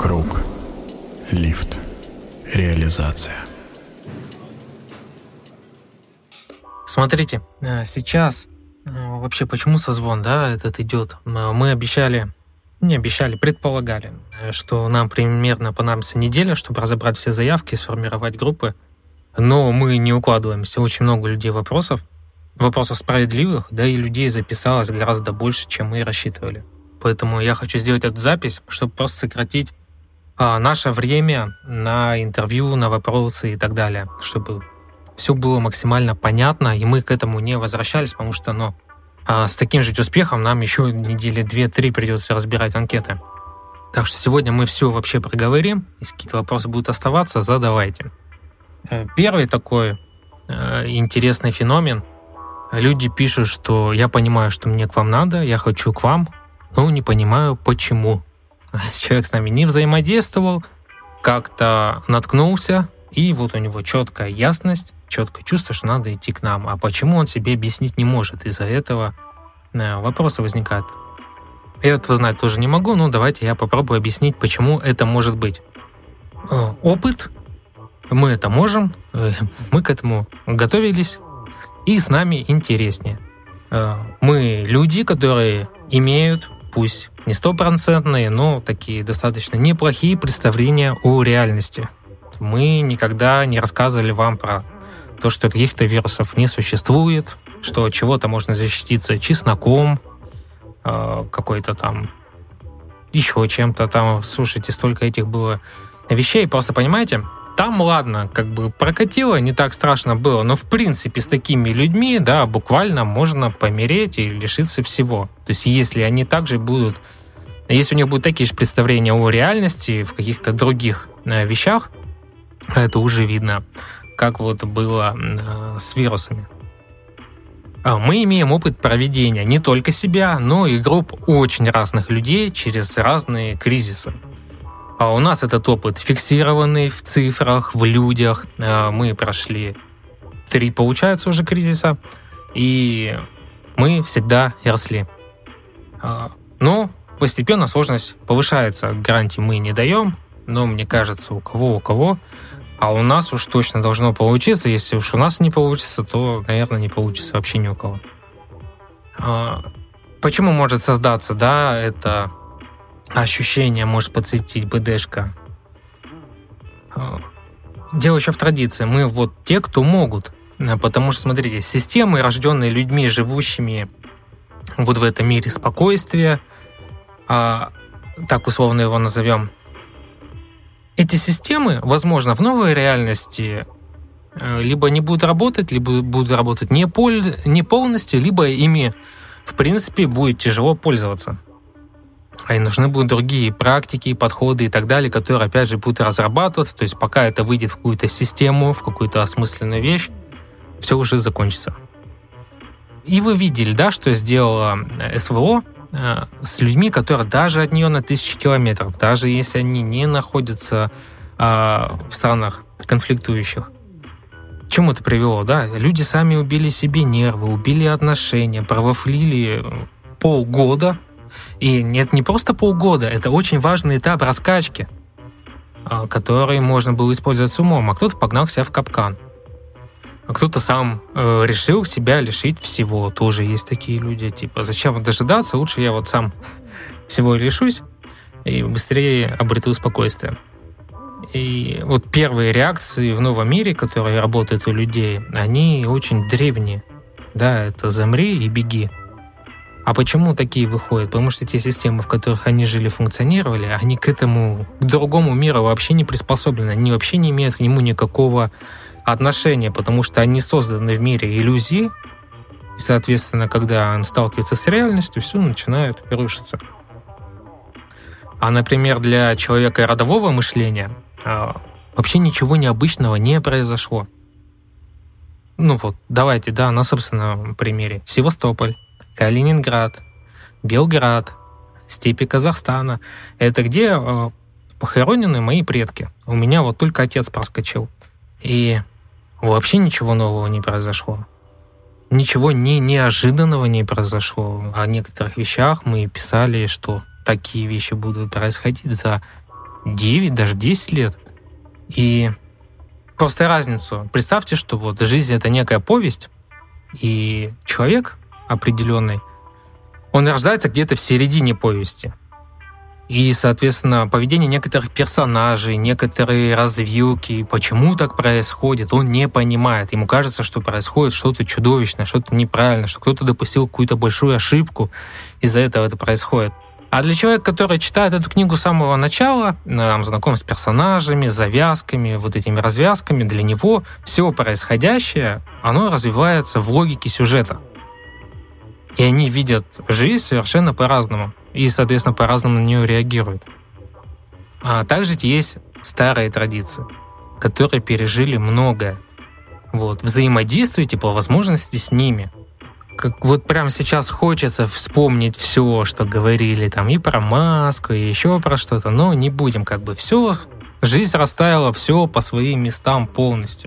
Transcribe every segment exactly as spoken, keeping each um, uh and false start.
Круг. Лифт. Реализация. Смотрите, сейчас вообще почему созвон, да, этот идет? Мы обещали, не обещали, предполагали, что нам примерно понадобится неделя, чтобы разобрать все заявки, сформировать группы. Но мы не укладываемся. Очень много людей вопросов, вопросов справедливых, да и людей записалось гораздо больше, чем мы рассчитывали. Поэтому я хочу сделать эту запись, чтобы просто сократить а, наше время на интервью, на вопросы и так далее, чтобы все было максимально понятно, и мы к этому не возвращались, потому что ну, а, с таким же успехом нам еще недели две-три придется разбирать анкеты. Так что сегодня мы все вообще проговорим. Если какие-то вопросы будут оставаться, задавайте. Первый такой э, интересный феномен. Люди пишут, что я понимаю, что мне к вам надо, я хочу к вам, но не понимаю, почему. Человек с нами не взаимодействовал, как-то наткнулся, и вот у него четкая ясность, четкое чувство, что надо идти к нам. А почему он себе объяснить не может? Из-за этого э, вопросы возникают. Я этого знать тоже не могу, но давайте я попробую объяснить, почему это может быть. Э, опыт. Мы это можем, мы к этому готовились, и с нами интереснее. Мы люди, которые имеют, пусть не стопроцентные, но такие достаточно неплохие представления о реальности. Мы никогда не рассказывали вам про то, что каких-то вирусов не существует, что от чего-то можно защититься чесноком, какой-то там еще чем-то там. Слушайте, столько этих было вещей, просто понимаете, там, ладно, как бы прокатило, не так страшно было, но в принципе с такими людьми, да, буквально можно помереть и лишиться всего. То есть если они также будут, если у них будут такие же представления о реальности в каких-то других э, вещах, это уже видно, как вот было э, с вирусами. Мы имеем опыт проведения не только себя, но и групп очень разных людей через разные кризисы. А у нас этот опыт фиксированный в цифрах, в людях. Мы прошли три, получается, уже кризиса, и мы всегда росли. Но постепенно сложность повышается. Гарантий мы не даем, но мне кажется, у кого, у кого. А у нас уж точно должно получиться. Если уж у нас не получится, то, наверное, не получится вообще ни у кого. Почему может создаться, да, это... ощущение может подсветить БДшка. Дело еще в традиции. Мы вот те, кто могут. Потому что, смотрите, системы, рожденные людьми, живущими вот в этом мире спокойствия, так условно его назовем, эти системы, возможно, в новой реальности либо не будут работать, либо будут работать не, пол- не полностью, либо ими, в принципе, будет тяжело пользоваться. А и нужны будут другие практики, подходы и так далее, которые, опять же, будут разрабатываться. То есть пока это выйдет в какую-то систему, в какую-то осмысленную вещь, все уже закончится. И вы видели, да, что сделала СВО э, с людьми, которые даже от нее на тысячи километров, даже если они не находятся э, в странах конфликтующих. К чему это привело, да? Люди сами убили себе нервы, убили отношения, провафлили полгода. И это не просто полгода, это очень важный этап раскачки, который можно было использовать с умом, а кто-то погнал себя в капкан. А кто-то сам э, решил себя лишить всего. Тоже есть такие люди, типа, зачем дожидаться, лучше я вот сам всего лишусь и быстрее обрету спокойствие. И вот первые реакции в новом мире, которые работают у людей, они очень древние. Да, это замри и беги. А почему такие выходят? Потому что те системы, в которых они жили, функционировали, они к этому, к другому миру вообще не приспособлены. Они вообще не имеют к нему никакого отношения, потому что они созданы в мире иллюзии. И, соответственно, когда он сталкивается с реальностью, все начинает рушиться. А, например, для человека родового мышления вообще ничего необычного не произошло. Ну вот, давайте, да, на собственном примере. Севастополь, Калининград, Белград, степи Казахстана. Это где э, похоронены мои предки. У меня вот только отец проскочил. И вообще ничего нового не произошло. Ничего не неожиданного не произошло. О некоторых вещах мы писали, что такие вещи будут происходить за девять, даже десять лет. И просто разницу. Представьте, что вот жизнь — это некая повесть, и человек определенный, он рождается где-то в середине повести. И, соответственно, поведение некоторых персонажей, некоторые развилки, почему так происходит, он не понимает. Ему кажется, что происходит что-то чудовищное, что-то неправильное, что кто-то допустил какую-то большую ошибку, из-за этого это происходит. А для человека, который читает эту книгу с самого начала, там, знаком с персонажами, с завязками, вот этими развязками, для него все происходящее, оно развивается в логике сюжета. И они видят жизнь совершенно по-разному. И, соответственно, по-разному на нее реагируют. А также есть старые традиции, которые пережили многое. Вот. Взаимодействуйте по возможности с ними. Как вот прямо сейчас хочется вспомнить все, что говорили там и про маску, и еще про что-то, но не будем, как бы все, жизнь расставила все по своим местам полностью.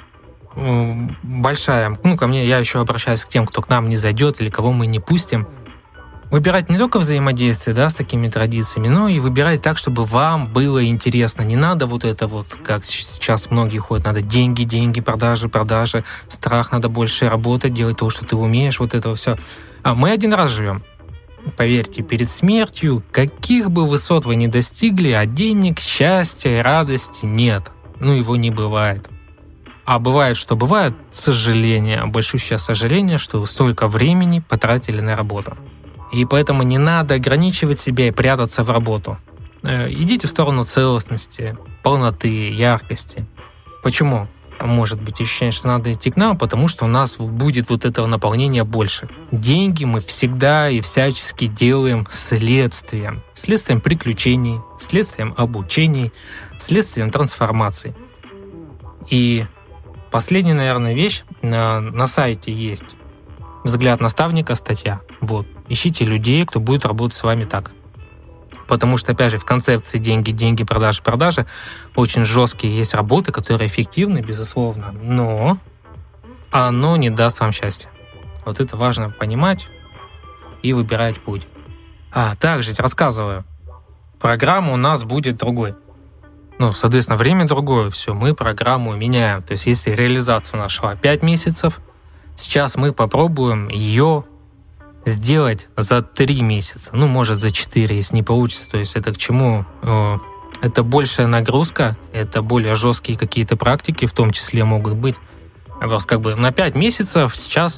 Большая, ну, ко мне, я еще обращаюсь к тем, кто к нам не зайдет или кого мы не пустим. Выбирать не только взаимодействие, да, с такими традициями, но и выбирать так, чтобы вам было интересно. Не надо вот это вот, как сейчас многие ходят, надо деньги, деньги, продажи, продажи, страх, надо больше работать, делать то, что ты умеешь, вот этого все. А мы один раз живем. Поверьте, перед смертью, каких бы высот вы ни достигли, а денег, счастья, радости нет. Ну, его не бывает. А бывает, что бывает сожаление, большущее сожаление, что вы столько времени потратили на работу. И поэтому не надо ограничивать себя и прятаться в работу. Идите в сторону целостности, полноты, яркости. Почему? Может быть ощущение, что надо идти к нам, потому что у нас будет вот этого наполнения больше. Деньги мы всегда и всячески делаем следствием. Следствием приключений, следствием обучений, следствием трансформаций. И последняя, наверное, вещь. На, на сайте есть «Взгляд наставника», статья. Вот. Ищите людей, кто будет работать с вами так. Потому что, опять же, в концепции деньги, деньги, продажи, продажи очень жесткие есть работы, которые эффективны, безусловно, но оно не даст вам счастья. Вот это важно понимать и выбирать путь. А также рассказываю, программа у нас будет другой. Ну, соответственно, время другое, все, мы программу меняем. То есть, если реализация у нас шла пять месяцев, сейчас мы попробуем ее сделать за три месяца, ну, может, за четыре, если не получится. То есть это к чему? Это большая нагрузка, это более жесткие какие-то практики, в том числе могут быть. Просто как бы на пять месяцев сейчас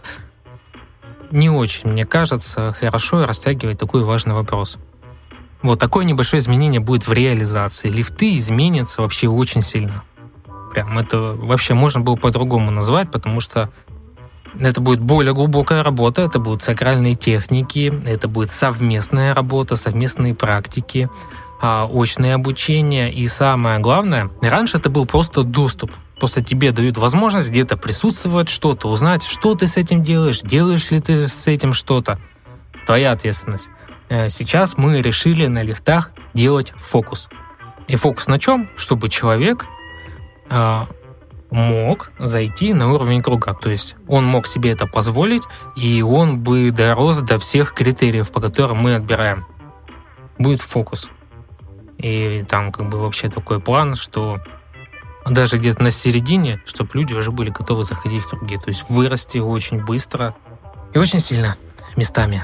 не очень, мне кажется, хорошо растягивать такой важный вопрос. Вот такое небольшое изменение будет в реализации. Лифты изменятся вообще очень сильно. Прям это вообще можно было по-другому назвать, потому что это будет более глубокая работа, это будут сакральные техники, это будет совместная работа, совместные практики, очное обучение. И самое главное, раньше это был просто доступ. Просто тебе дают возможность где-то присутствовать, что-то узнать, что ты с этим делаешь, делаешь ли ты с этим что-то. Твоя ответственность. Сейчас мы решили на лифтах делать фокус. И фокус на чем? Чтобы человек мог зайти на уровень круга. То есть он мог себе это позволить, и он бы дорос до всех критериев, по которым мы отбираем. Будет фокус. И там как бы вообще такой план, что даже где-то на середине, чтобы люди уже были готовы заходить в круги. То есть вырасти очень быстро и очень сильно местами.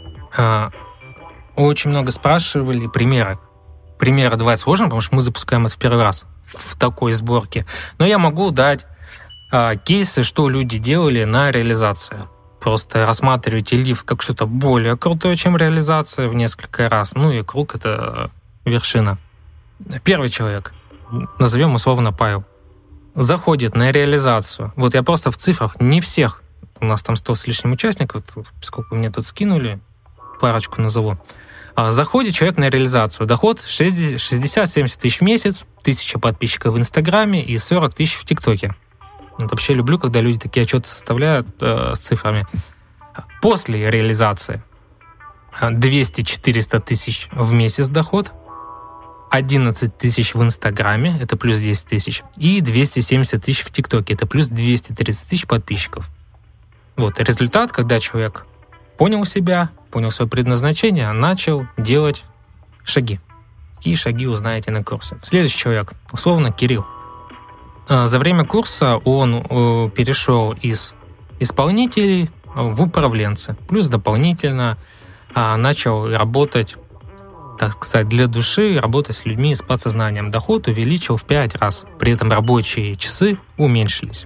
Очень много спрашивали примеры. Примеры давать сложно, потому что мы запускаем это в первый раз в такой сборке. Но я могу дать а, кейсы, что люди делали на реализации. Просто рассматривайте лифт как что-то более крутое, чем реализация в несколько раз. Ну и круг — это вершина. Первый человек, назовем условно Павел, заходит на реализацию. Вот я просто в цифрах, не всех, у нас там сто с лишним участников, сколько мне тут скинули, парочку назову. Заходит человек на реализацию. Доход шестьдесят-семьдесят тысяч в месяц, тысяча подписчиков в Инстаграме и сорок тысяч в ТикТоке. Вот вообще люблю, когда люди такие отчеты составляют э, с цифрами. После реализации двести-четыреста тысяч в месяц доход, одиннадцать тысяч в Инстаграме, это плюс десять тысяч, и двести семьдесят тысяч в ТикТоке, это плюс двести тридцать тысяч подписчиков. Вот результат, когда человек понял себя, понял свое предназначение, начал делать шаги. Какие шаги узнаете на курсе. Следующий человек, условно, Кирилл. За время курса он перешел из исполнителей в управленцы. Плюс дополнительно начал работать, так сказать, для души, работать с людьми с подсознанием. Доход увеличил в пять раз. При этом рабочие часы уменьшились.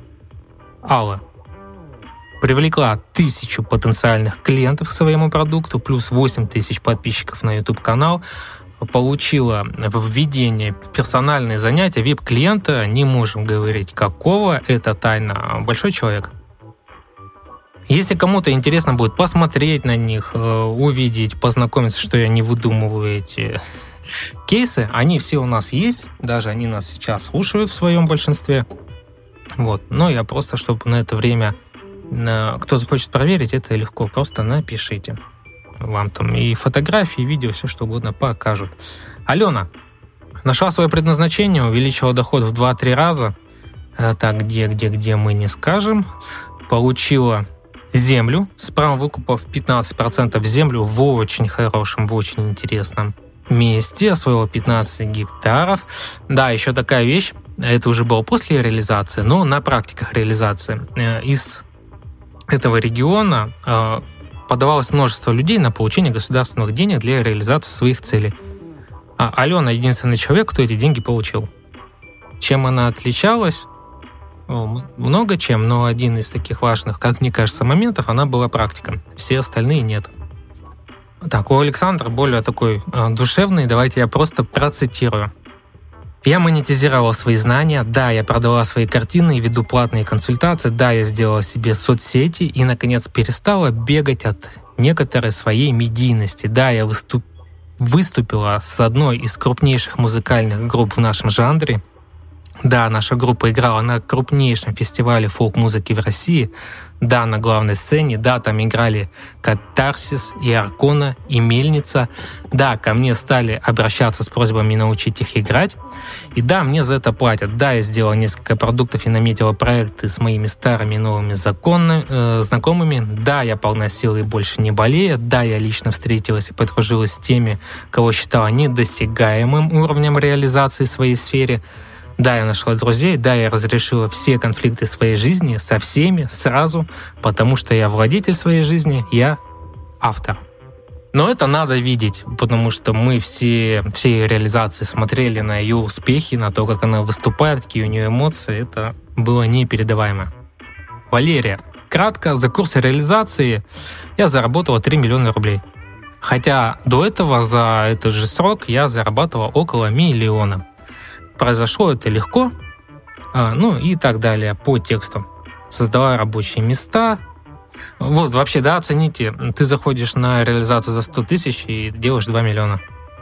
Алла привлекла тысячу потенциальных клиентов к своему продукту, плюс восемь тысяч подписчиков на YouTube-канал, получила введение персональные занятия ви ай пи-клиента, не можем говорить какого, это тайна, большой человек. Если кому-то интересно будет посмотреть на них, увидеть, познакомиться, что я не выдумываю эти кейсы, они все у нас есть, даже они нас сейчас слушают в своем большинстве. Вот. Но я просто, чтобы на это время, кто захочет проверить, это легко, просто напишите. Вам там и фотографии, и видео, все что угодно покажут. Алена нашла свое предназначение, увеличила доход в два-три раза. Так, где, где, где, мы не скажем. Получила землю с правом выкупа в пятнадцать процентов землю в очень хорошем, в очень интересном месте. Освоила пятнадцать гектаров. Да, еще такая вещь. Это уже было после реализации, но на практиках реализации. Из этого региона подавалось множество людей на получение государственных денег для реализации своих целей. А Алена единственный человек, кто эти деньги получил. Чем она отличалась? О, много чем, но один из таких важных, как мне кажется, моментов, она была практиком. Все остальные нет. Так, у Александра более такой э, душевный, давайте я просто процитирую. Я монетизировала свои знания, да, я продала свои картины и веду платные консультации, да, я сделала себе соцсети и, наконец, перестала бегать от некоторой своей медийности. Да, я выступ... выступила с одной из крупнейших музыкальных групп в нашем жанре. Да, наша группа играла на крупнейшем фестивале фолк-музыки в России. Да, на главной сцене. Да, там играли Катарсис, и Аркона, и Мельница. Да, ко мне стали обращаться с просьбами научить их играть. И да, мне за это платят. Да, я сделала несколько продуктов и наметила проекты с моими старыми и новыми законы, э, знакомыми. Да, я полна сил и больше не болею. Да, я лично встретилась и подружилась с теми, кого считала недосягаемым уровнем реализации в своей сфере. Да, я нашла друзей, да, я разрешила все конфликты своей жизни со всеми сразу, потому что я владетель своей жизни, я автор. Но это надо видеть, потому что мы все, все ее реализации смотрели на ее успехи, на то, как она выступает, какие у нее эмоции. Это было непередаваемо. Валерия. Кратко, за курс реализации я заработала три миллиона рублей. Хотя до этого за этот же срок я зарабатывала около миллиона. Произошло это легко, ну и так далее по тексту. Создала рабочие места. Вот, вообще, да, оцените, ты заходишь на реализацию за сто тысяч и делаешь два миллиона.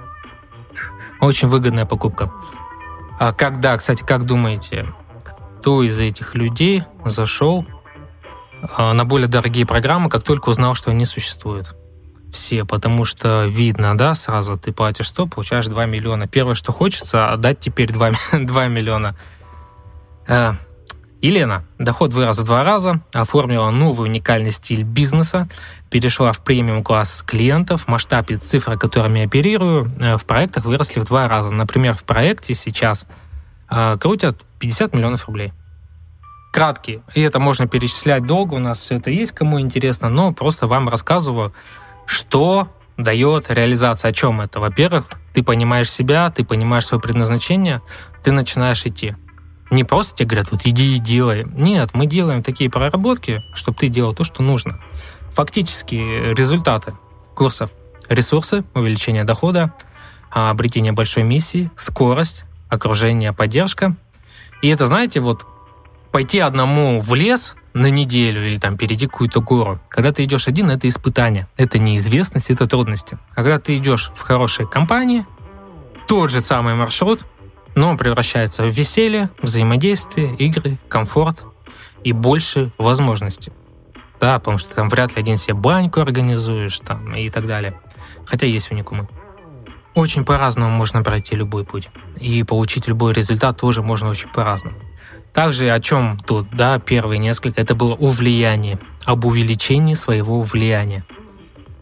Очень выгодная покупка. А когда, кстати, как думаете, кто из этих людей зашел на более дорогие программы, как только узнал, что они существуют? Все, потому что видно, да, сразу ты платишь сто, получаешь два миллиона. Первое, что хочется, отдать теперь два миллиона. Э, Елена. Доход вырос в два раза, оформила новый уникальный стиль бизнеса, перешла в премиум-класс клиентов, масштаб и цифры, которыми я оперирую, э, в проектах выросли в два раза. Например, в проекте сейчас э, крутят пятьдесят миллионов рублей. Краткие. И это можно перечислять долго, у нас все это есть, кому интересно, но просто вам рассказываю, что дает реализация? О чем это? Во-первых, ты понимаешь себя, ты понимаешь свое предназначение, ты начинаешь идти. Не просто тебе говорят, вот иди и делай. Нет, мы делаем такие проработки, чтобы ты делал то, что нужно. Фактически результаты курсов: ресурсы, увеличение дохода, обретение большой миссии, скорость, окружение, поддержка. И это, знаете, вот пойти одному в лес на неделю или там перейти какую-то гору. Когда ты идешь один, это испытание, это неизвестность, это трудности. А когда ты идешь в хорошей компании, тот же самый маршрут, но он превращается в веселье, взаимодействие, игры, комфорт и больше возможностей. Да, потому что там вряд ли один себе баньку организуешь там, и так далее. Хотя есть уникумы. Очень по-разному можно пройти любой путь. И получить любой результат тоже можно очень по-разному. Также о чем тут, да, первые несколько, это было о влиянии, об увеличении своего влияния.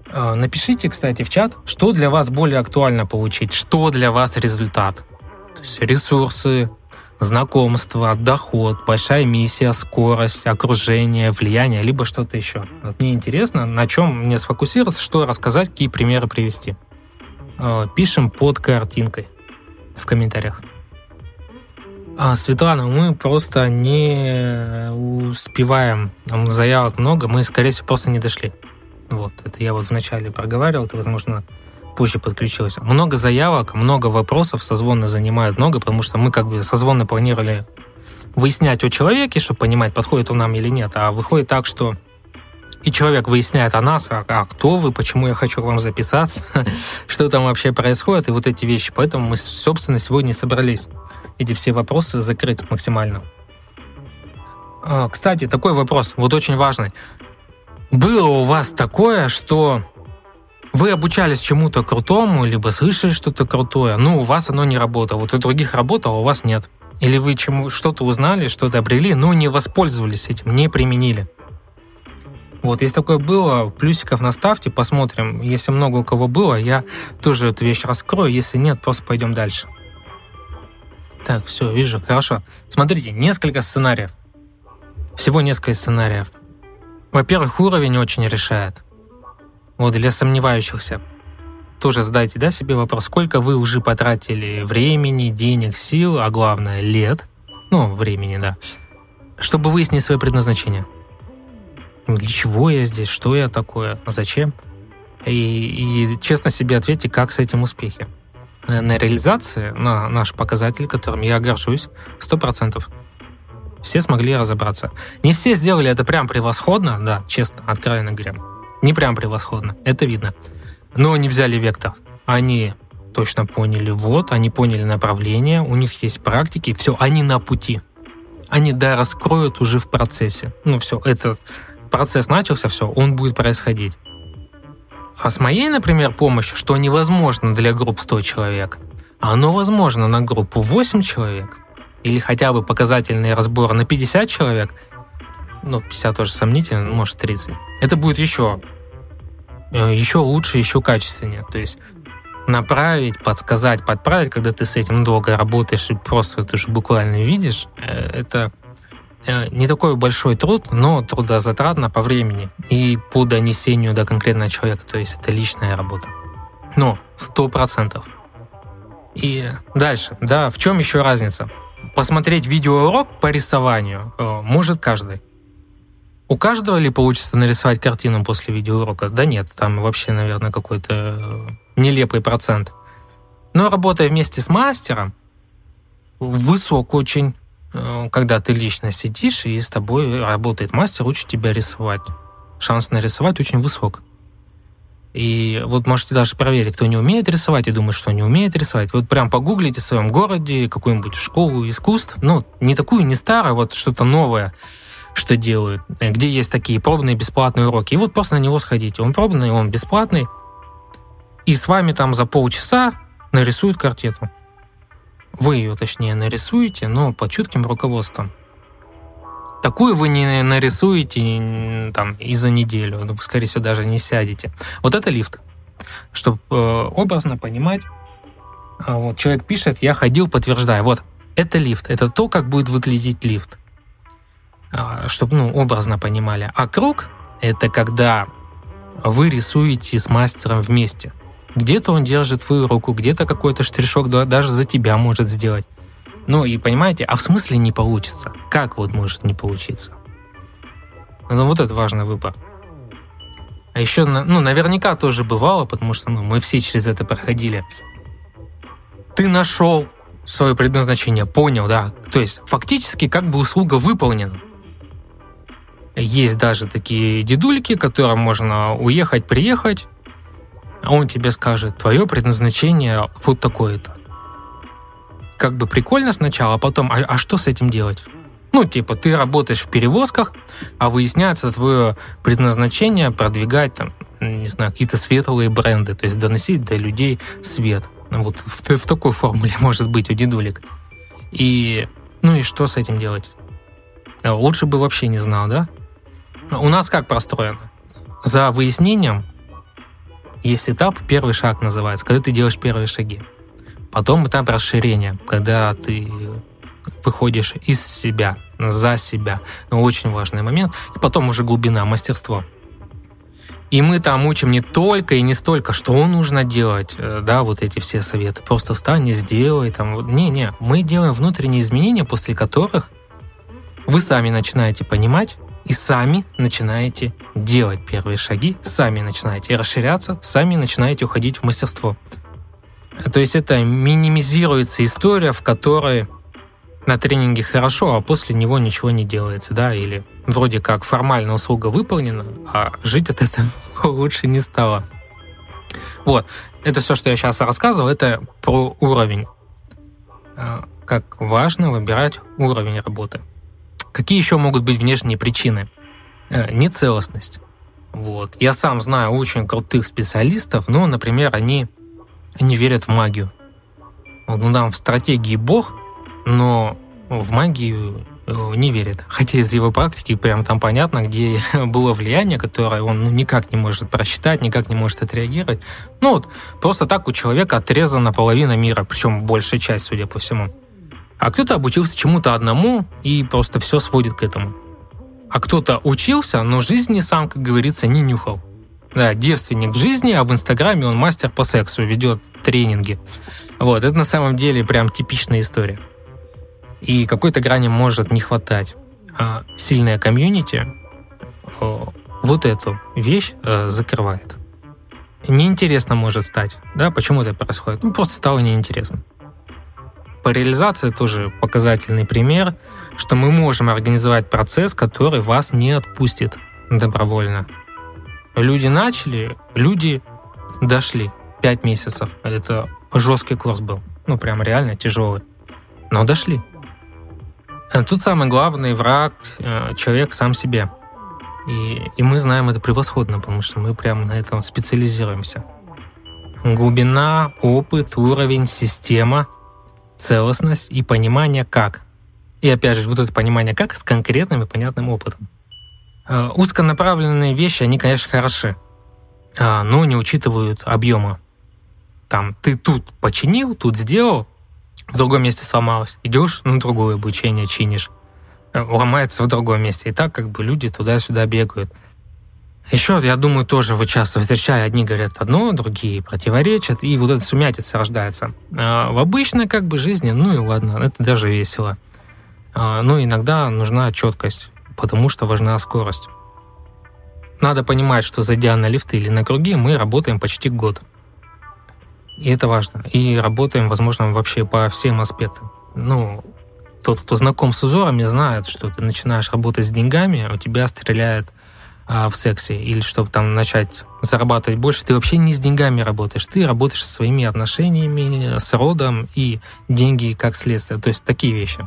Напишите, кстати, в чат, что для вас более актуально получить, что для вас результат. То есть ресурсы, знакомство, доход, большая миссия, скорость, окружение, влияние, либо что-то еще. Вот мне интересно, на чем мне сфокусироваться, что рассказать, какие примеры привести. Пишем под картинкой в комментариях. А, Светлана, мы просто не успеваем. Там заявок много, мы, скорее всего, просто не дошли. Вот, это я вот вначале проговаривал, ты, возможно, позже подключилась. Много заявок, много вопросов, созвоны занимают много, потому что мы как бы созвоны планировали выяснять о человеке, чтобы понимать, подходит он нам или нет, а выходит так, что и человек выясняет о нас, а, а кто вы, почему я хочу к вам записаться, что там вообще происходит, и вот эти вещи. Поэтому мы, собственно, сегодня собрались эти все вопросы закрыть максимально. А, кстати, такой вопрос, вот очень важный. Было у вас такое, что вы обучались чему-то крутому, либо слышали что-то крутое, но у вас оно не работало. Вот у других работало, а у вас нет. Или вы чему, что-то узнали, что-то обрели, но не воспользовались этим, не применили. Вот, если такое было, плюсиков наставьте, посмотрим. Если много у кого было, я тоже эту вещь раскрою. Если нет, просто пойдем дальше. Так, все, вижу, хорошо. Смотрите, несколько сценариев. Всего несколько сценариев. Во-первых, уровень очень решает. Вот для сомневающихся. Тоже задайте, да, себе вопрос, сколько вы уже потратили времени, денег, сил, а главное, лет, ну, времени, да, чтобы выяснить свое предназначение. Для чего я здесь, что я такое, зачем? И, и честно себе ответьте, как с этим успехи. На реализации, на наш показатель, которым я горжусь, сто процентов. Все смогли разобраться. Не все сделали это прям превосходно, да, честно, откровенно говоря. Не прям превосходно, это видно. Но они взяли вектор. Они точно поняли, вот, они поняли направление, у них есть практики, все, они на пути. Они, да, раскроют уже в процессе. Ну, все, этот процесс начался, все, он будет происходить. А с моей, например, помощью, что невозможно для групп сто человек, оно возможно на группу восемь человек, или хотя бы показательный разбор на пятьдесят человек, ну, пятьдесят тоже сомнительно, может тридцать. Это будет еще, еще лучше, еще качественнее. То есть направить, подсказать, подправить, когда ты с этим долго работаешь и просто это же буквально видишь, это не такой большой труд, но трудозатратно по времени и по донесению до конкретного человека. То есть это личная работа. Но сто процентов. И дальше, да, в чем еще разница? Посмотреть видеоурок по рисованию может каждый. У каждого ли получится нарисовать картину после видеоурока? Да нет, там вообще, наверное, какой-то нелепый процент. Но работая вместе с мастером, высок очень, когда ты лично сидишь и с тобой работает мастер, учит тебя рисовать. Шанс нарисовать очень высок. И вот можете даже проверить, кто не умеет рисовать и думает, что не умеет рисовать. Вот прям погуглите в своем городе какую-нибудь школу искусств, ну, не такую, не старую, вот что-то новое, что делают, где есть такие пробные бесплатные уроки. И вот просто на него сходите. Он пробный, он бесплатный. И с вами там за полчаса нарисуют картину. Вы ее, точнее, нарисуете, но под чутким руководством. Такую вы не нарисуете там и за неделю. Вы, скорее всего, даже не сядете. Вот это лифт. Чтобы э, образно понимать. Вот человек пишет, я ходил, подтверждаю. Вот, это лифт. Это то, как будет выглядеть лифт. Чтобы, ну, образно понимали. А круг — это когда вы рисуете с мастером вместе. Где-то он держит твою руку, где-то какой-то штришок даже за тебя может сделать. Ну и понимаете, а в смысле не получится? Как вот может не получиться? Ну вот это важный выбор. А еще, ну, наверняка тоже бывало, потому что ну, мы все через это проходили. Ты нашел свое предназначение, понял, да? То есть фактически как бы услуга выполнена. Есть даже такие дедульки, которым можно уехать, приехать, а он тебе скажет, твое предназначение вот такое-то. Как бы прикольно сначала, а потом, а, а что с этим делать? Ну, типа, ты работаешь в перевозках, а выясняется твое предназначение продвигать, там, не знаю, какие-то светлые бренды, то есть доносить до людей свет. Вот в, в такой формуле может быть у дедулек. И, ну и что с этим делать? Лучше бы вообще не знал, да? У нас как простроено? За выяснением Есть этап, первый шаг называется, когда ты делаешь первые шаги. Потом этап расширения, когда ты выходишь из себя, за себя. Очень важный момент. И потом уже глубина, мастерство. И мы там учим не только и не столько, что нужно делать, да, вот эти все советы. Просто встань и сделай. Там. Не-не, мы делаем внутренние изменения, после которых вы сами начинаете понимать и сами начинаете делать первые шаги, сами начинаете расширяться, сами начинаете уходить в мастерство. То есть это минимизируется история, в которой на тренинге хорошо, а после него ничего не делается, да, или вроде как формально услуга выполнена, а жить от этого лучше не стало. Вот, это все, что я сейчас рассказывал, это про уровень. Как важно выбирать уровень работы. Какие еще могут быть внешние причины? Нецелостность. Вот. Я сам знаю очень крутых специалистов, но, например, они не верят в магию. Вот, ну, там в стратегии Бог, но в магию не верит. Хотя из его практики прям там понятно, где было влияние, которое он ну, никак не может просчитать, никак не может отреагировать. Ну вот, просто так у человека отрезана половина мира, причем большая часть, судя по всему. А кто-то обучился чему-то одному и просто все сводит к этому. А кто-то учился, но жизни сам, как говорится, не нюхал. Да, девственник в жизни, а в Инстаграме он мастер по сексу, ведет тренинги. Вот, это на самом деле прям типичная история. И какой-то грани может не хватать. А сильная комьюнити вот эту вещь закрывает. Неинтересно может стать. Да, почему это происходит? Ну, просто стало неинтересно. По реализации тоже показательный пример, что мы можем организовать процесс, который вас не отпустит добровольно. Люди начали, люди дошли. Пять месяцев. Это жесткий курс был. Ну, прям реально тяжелый. Но дошли. А тут самый главный враг — человек сам себе. И, и мы знаем это превосходно, потому что мы прям на этом специализируемся. Глубина, опыт, уровень, система, целостность и понимание как. И опять же, вот это понимание как с конкретным и понятным опытом. Узконаправленные вещи, они, конечно, хороши, но не учитывают объема. Там ты тут починил, тут сделал, в другом месте сломалось. Идешь на другое обучение, чинишь. Ломается в другом месте. И так как бы люди туда-сюда бегают. Еще, я думаю, тоже вы часто встречаете, одни говорят одно, другие противоречат, и вот эта сумятица рождается. А в обычной как бы жизни, ну и ладно, это даже весело. А, но иногда нужна четкость, потому что важна скорость. Надо понимать, что зайдя на лифты или на круги, мы работаем почти год. И это важно. И работаем, возможно, вообще по всем аспектам. Ну, тот, кто знаком с узорами, знает, что ты начинаешь работать с деньгами, у тебя стреляет а, в сексе. Или чтобы там начать зарабатывать больше, ты вообще не с деньгами работаешь. Ты работаешь со своими отношениями, с родом, и деньги как следствие. То есть такие вещи.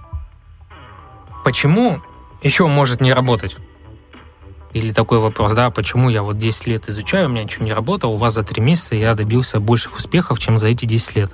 Почему еще может не работать? Или такой вопрос, да, почему я вот десять лет изучаю, у меня ничего не работало, у вас за три месяца я добился больших успехов, чем за эти десять лет.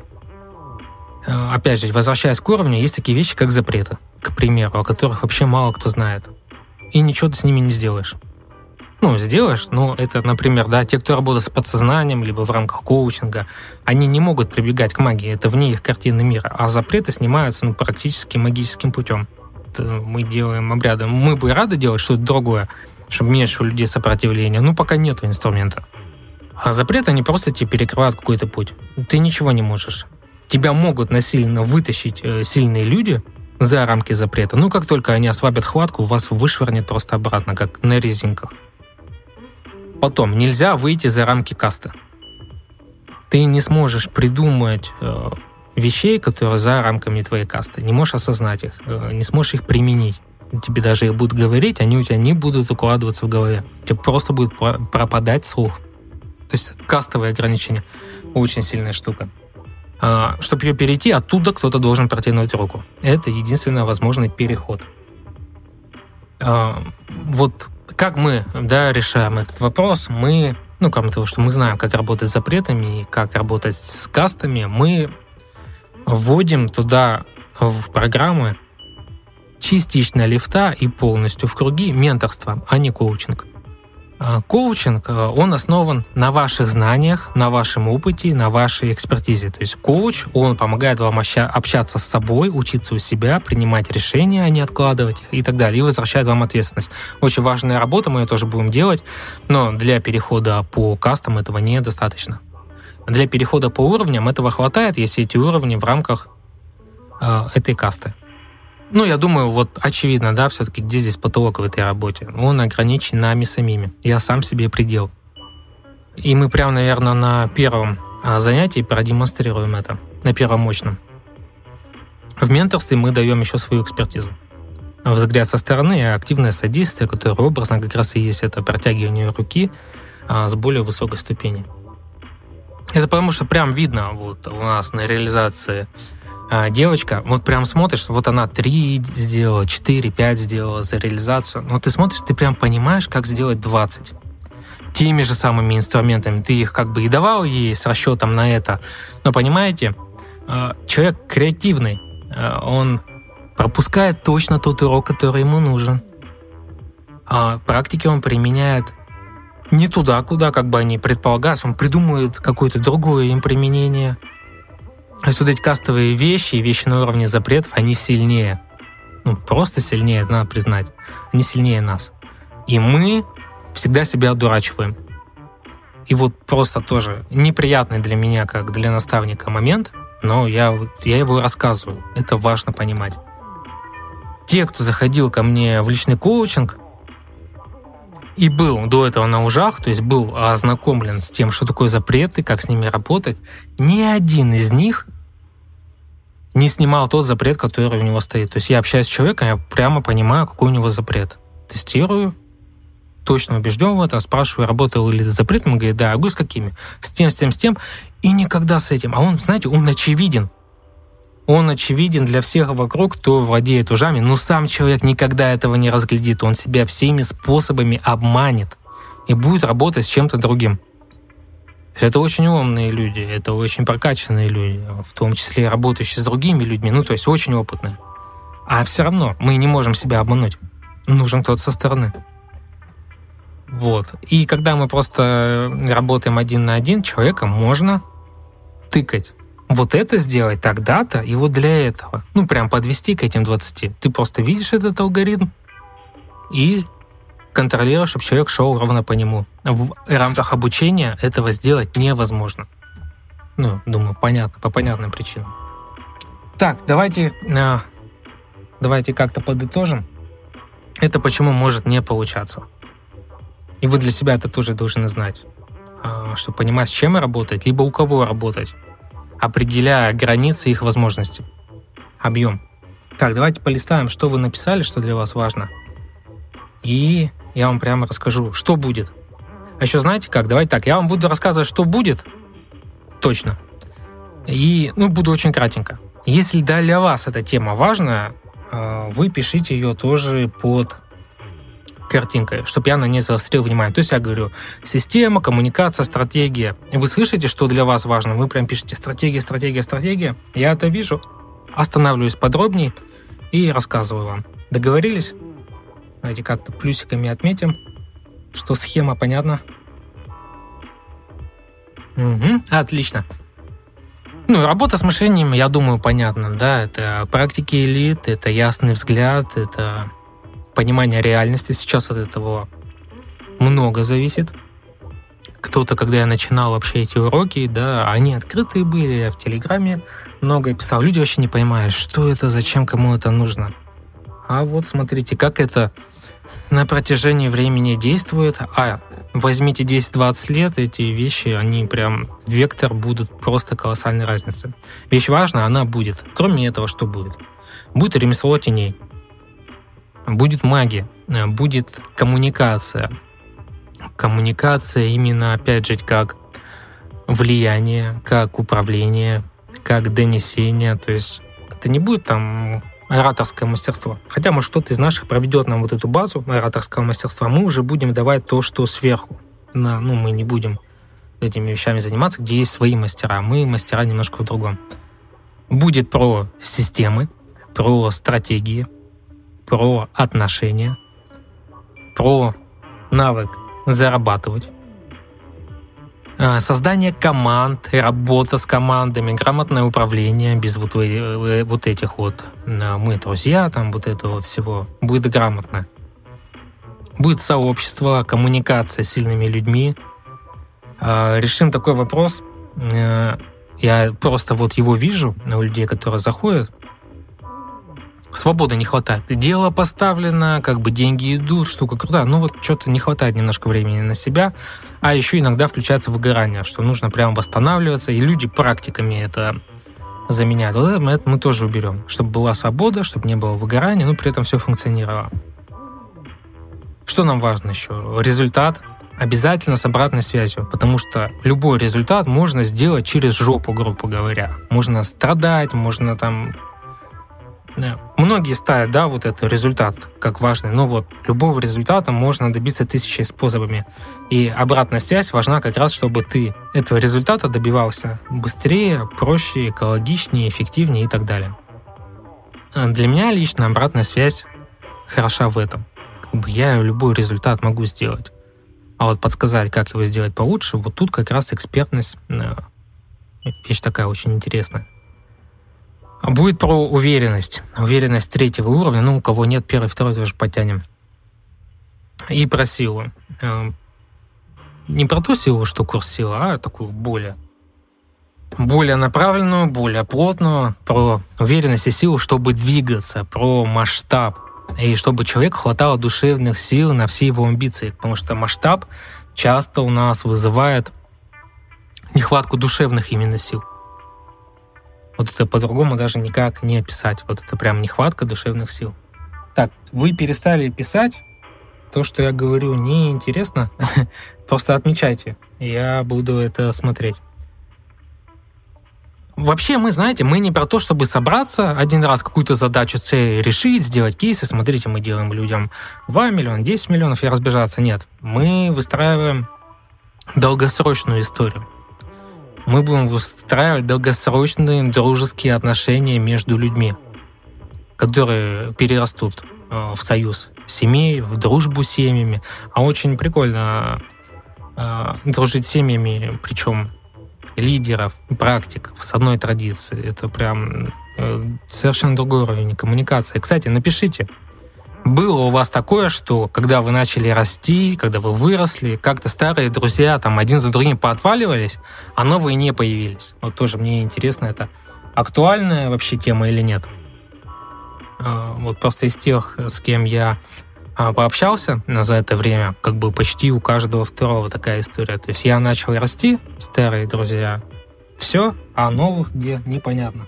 Опять же, возвращаясь к уровню, есть такие вещи, как запреты, к примеру, о которых вообще мало кто знает. И ничего ты с ними не сделаешь. Ну, сделаешь, но это, например, да, те, кто работает с подсознанием, либо в рамках коучинга, они не могут прибегать к магии, это вне их картины мира, а запреты снимаются ну, практически магическим путем. Это мы делаем обряды. Мы бы рады делать что-то другое, чтобы меньше у людей сопротивления. Ну, пока нет инструмента. А запреты, они просто тебе перекрывают какой-то путь. Ты ничего не можешь. Тебя могут насильно вытащить э, сильные люди за рамки запрета. Ну, как только они ослабят хватку, вас вышвырнет просто обратно, как на резинках. Потом, нельзя выйти за рамки касты. Ты не сможешь придумать э, вещей, которые за рамками твоей касты. Не можешь осознать их, э, не сможешь их применить. Тебе даже их будут говорить, они у тебя не будут укладываться в голове. Тебе просто будет пропадать слух. То есть кастовые ограничения. Очень сильная штука. А, чтобы ее перейти, оттуда кто-то должен протянуть руку. Это единственный возможный переход. А, вот как мы да, решаем этот вопрос? Мы, ну, кроме того, что мы знаем, как работать с запретами и как работать с кастами, мы вводим туда в программы частично лифта и полностью в круги менторство, а не коучинг. Коучинг, он основан на ваших знаниях, на вашем опыте, на вашей экспертизе. То есть коуч, он помогает вам общаться с собой, учиться у себя, принимать решения, а не откладывать их и так далее, и возвращает вам ответственность. Очень важная работа, мы ее тоже будем делать, но для перехода по кастам этого недостаточно. Для перехода по уровням этого хватает, если эти уровни в рамках э, этой касты. Ну, я думаю, вот очевидно, да, все-таки, где здесь потолок в этой работе. Он ограничен нами самими. Я сам себе предел. И мы прямо, наверное, на первом занятии продемонстрируем это, на первом мощном. В менторстве мы даем еще свою экспертизу. Взгляд со стороны и активное содействие, которое образно как раз и есть это протягивание руки с более высокой ступени. Это потому что прям видно вот у нас на реализации девочка, вот прям смотришь, вот она три сделала, четыре, пять сделала за реализацию. Но ты смотришь, ты прям понимаешь, как сделать двадцать. Теми же самыми инструментами. Ты их как бы и давал ей с расчетом на это. Но понимаете, человек креативный, он пропускает точно тот урок, который ему нужен. А практики он применяет не туда, куда как бы они предполагаются. Он придумывает какое-то другое им применение. То есть вот эти кастовые вещи, вещи на уровне запретов, они сильнее. Ну, просто сильнее, это надо признать. Они сильнее нас. И мы всегда себя одурачиваем. И вот просто тоже неприятный для меня, как для наставника момент, но я, я его рассказываю. Это важно понимать. Те, кто заходил ко мне в личный коучинг и был до этого на ужах, то есть был ознакомлен с тем, что такое запреты, как с ними работать, ни один из них не снимал тот запрет, который у него стоит. То есть я общаюсь с человеком, я прямо понимаю, какой у него запрет. Тестирую, точно убежден в этом, спрашиваю, работал ли с запретом, он говорит, да, а вы с какими? С тем, с тем, с тем, и никогда с этим. А он, знаете, он очевиден. Он очевиден для всех вокруг, кто владеет ужами, но сам человек никогда этого не разглядит. Он себя всеми способами обманет и будет работать с чем-то другим. Это очень умные люди, это очень прокачанные люди, в том числе работающие с другими людьми, ну, то есть очень опытные. А все равно мы не можем себя обмануть. Нужен кто-то со стороны. Вот. И когда мы просто работаем один на один, человека можно тыкать. Вот это сделать тогда-то, и вот для этого. Ну, прям подвести к этим двадцати. Ты просто видишь этот алгоритм и контролируешь, чтобы человек шел ровно по нему. В рамках обучения этого сделать невозможно. Ну, думаю, понятно, по понятным причинам. Так, давайте, давайте как-то подытожим. Это почему может не получаться. И вы для себя это тоже должны знать. Чтобы понимать, с чем работать, либо у кого работать, определяя границы их возможностей. Объем. Так, давайте полистаем, что вы написали, что для вас важно. И я вам прямо расскажу, что будет. А еще знаете как? Давайте так, я вам буду рассказывать, что будет. Точно. И, ну, буду очень кратенько. Если для вас эта тема важна, вы пишите ее тоже под картинкой, чтобы я на ней заострил внимание. То есть я говорю, система, коммуникация, стратегия. И вы слышите, что для вас важно? Вы прям пишете стратегия, стратегия, стратегия. Я это вижу, останавливаюсь подробнее и рассказываю вам. Договорились? Давайте как-то плюсиками отметим, что схема понятна. Угу, отлично. Ну, работа с мышлением, я думаю, понятна, да, это практики элит, это ясный взгляд, это понимание реальности. Сейчас от этого много зависит. Кто-то, когда я начинал вообще эти уроки, да, они открытые были, я в Телеграме много писал. Люди вообще не понимают, что это, зачем, кому это нужно. А вот смотрите, как это на протяжении времени действует. А возьмите десять-двадцать лет, эти вещи, они прям, вектор будут просто колоссальной разницы. Вещь важная, она будет. Кроме этого, что будет? Будет ремесло теней. Будет магия, будет коммуникация. Коммуникация именно, опять же, как влияние, как управление, как донесение. То есть это не будет там ораторское мастерство. Хотя, может, кто-то из наших проведет нам вот эту базу ораторского мастерства, мы уже будем давать то, что сверху. На, ну, мы не будем этими вещами заниматься, где есть свои мастера. Мы мастера немножко в другом. Будет про системы, про стратегии, про отношения, про навык зарабатывать. Создание команд, работа с командами, грамотное управление без вот, вот этих вот «мы друзья», там вот этого всего, будет грамотно. Будет сообщество, коммуникация с сильными людьми. Решим такой вопрос. Я просто вот его вижу у людей, которые заходят. Свободы не хватает. Дело поставлено, как бы деньги идут, штука крутая. Ну вот что-то не хватает немножко времени на себя. А еще иногда включается выгорание, что нужно прям восстанавливаться. И люди практиками это заменяют. Вот это мы, это мы тоже уберем. Чтобы была свобода, чтобы не было выгорания, но при этом все функционировало. Что нам важно еще? Результат. Обязательно с обратной связью, потому что любой результат можно сделать через жопу, грубо говоря. Можно страдать, можно там... Да. Многие ставят, да, вот этот результат как важный, но вот любого результата можно добиться тысячей способами. И обратная связь важна как раз, чтобы ты этого результата добивался быстрее, проще, экологичнее, эффективнее и так далее. Для меня лично обратная связь хороша в этом. Как бы я любой результат могу сделать. А вот подсказать, как его сделать получше, вот тут как раз экспертность, вещь такая очень интересная. Будет про уверенность. Уверенность третьего уровня. Ну, у кого нет, первый, второй тоже подтянем. И про силу. Не про ту силу, что курс силы, а такую более, более направленную, более плотную. Про уверенность и силу, чтобы двигаться. Про масштаб. И чтобы человеку хватало душевных сил на все его амбиции. Потому что масштаб часто у нас вызывает нехватку душевных именно сил. Вот это по-другому даже никак не описать. Вот это прям нехватка душевных сил. Так, вы перестали писать. То, что я говорю, неинтересно. Просто отмечайте. Я буду это смотреть. Вообще, мы, знаете, мы не про то, чтобы собраться один раз какую-то задачу, цель решить, сделать кейсы. Смотрите, мы делаем людям два миллиона, десять миллионов и разбежаться. Нет. Мы выстраиваем долгосрочную историю. Мы будем выстраивать долгосрочные дружеские отношения между людьми, которые перерастут в союз семей, в дружбу с семьями. А очень прикольно дружить с семьями, причем лидеров, практиков с одной традиции. Это прям совершенно другой уровень коммуникации. Кстати, напишите, было у вас такое, что когда вы начали расти, когда вы выросли, как-то старые друзья там один за другим поотваливались, а новые не появились? Вот тоже мне интересно, это актуальная вообще тема или нет? Вот просто из тех, с кем я пообщался за это время, как бы почти у каждого второго такая история. То есть я начал расти, старые друзья, все, а новых где непонятно.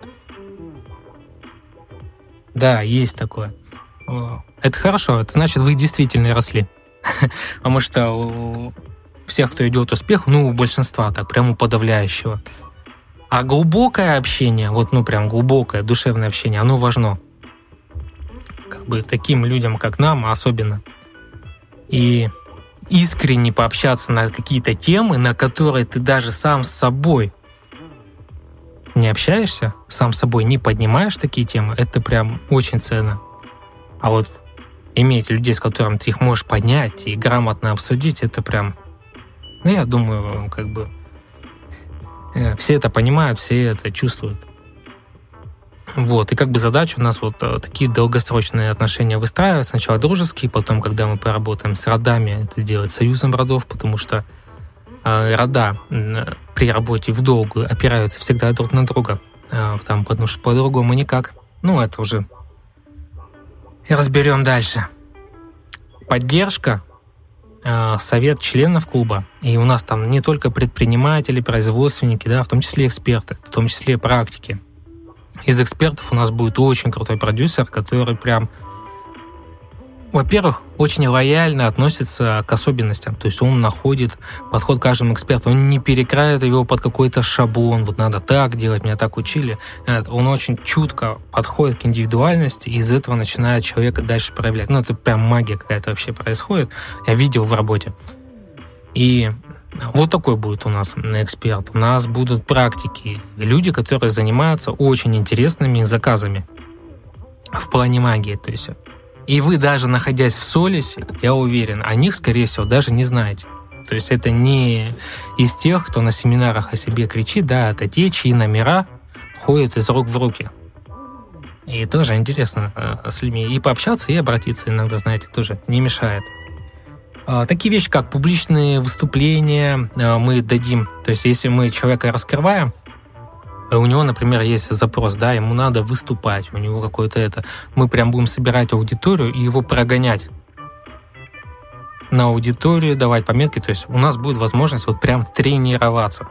Да, есть такое. Это хорошо, это значит, вы действительно росли. Потому что у всех, кто идет успех, ну, у большинства, так, прям у подавляющего. А глубокое общение, вот, ну, прям глубокое, душевное общение, оно важно. Как бы таким людям, как нам, особенно. И искренне пообщаться на какие-то темы, на которые ты даже сам с собой не общаешься, сам с собой не поднимаешь такие темы, это прям очень ценно. А вот иметь людей, с которыми ты их можешь поднять и грамотно обсудить, это прям... Ну, я думаю, как бы... Все это понимают, все это чувствуют. Вот. И как бы задача у нас вот такие долгосрочные отношения выстраивать. Сначала дружеские, потом, когда мы поработаем с родами, это делать союзом родов, потому что рода при работе в долгую опираются всегда друг на друга. Там, потому что по-другому никак. Ну, это уже... И разберем дальше. Поддержка, совет членов клуба. И у нас там не только предприниматели, производственники, да, в том числе эксперты, в том числе практики. Из экспертов у нас будет очень крутой продюсер, который прям, во-первых, очень лояльно относится к особенностям. То есть он находит подход к каждому эксперту. Он не перекраивает его под какой-то шаблон. Вот надо так делать, меня так учили. Он очень чутко подходит к индивидуальности, и из этого начинает человека дальше проявлять. Ну, это прям магия какая-то вообще происходит. Я видел в работе. И вот такой будет у нас эксперт. У нас будут практики. Люди, которые занимаются очень интересными заказами в плане магии. То есть И вы даже находясь в Солисе, я уверен, о них, скорее всего, даже не знаете. То есть это не из тех, кто на семинарах о себе кричит, да, это те, чьи номера ходят из рук в руки. И тоже интересно э, с людьми и пообщаться, и обратиться иногда, знаете, тоже не мешает. Э, такие вещи, как публичные выступления, э, мы дадим. То есть если мы человека раскрываем, у него, например, есть запрос, да, ему надо выступать, у него какое-то это. Мы прям будем собирать аудиторию и его прогонять на аудиторию, давать пометки. То есть у нас будет возможность вот прям тренироваться.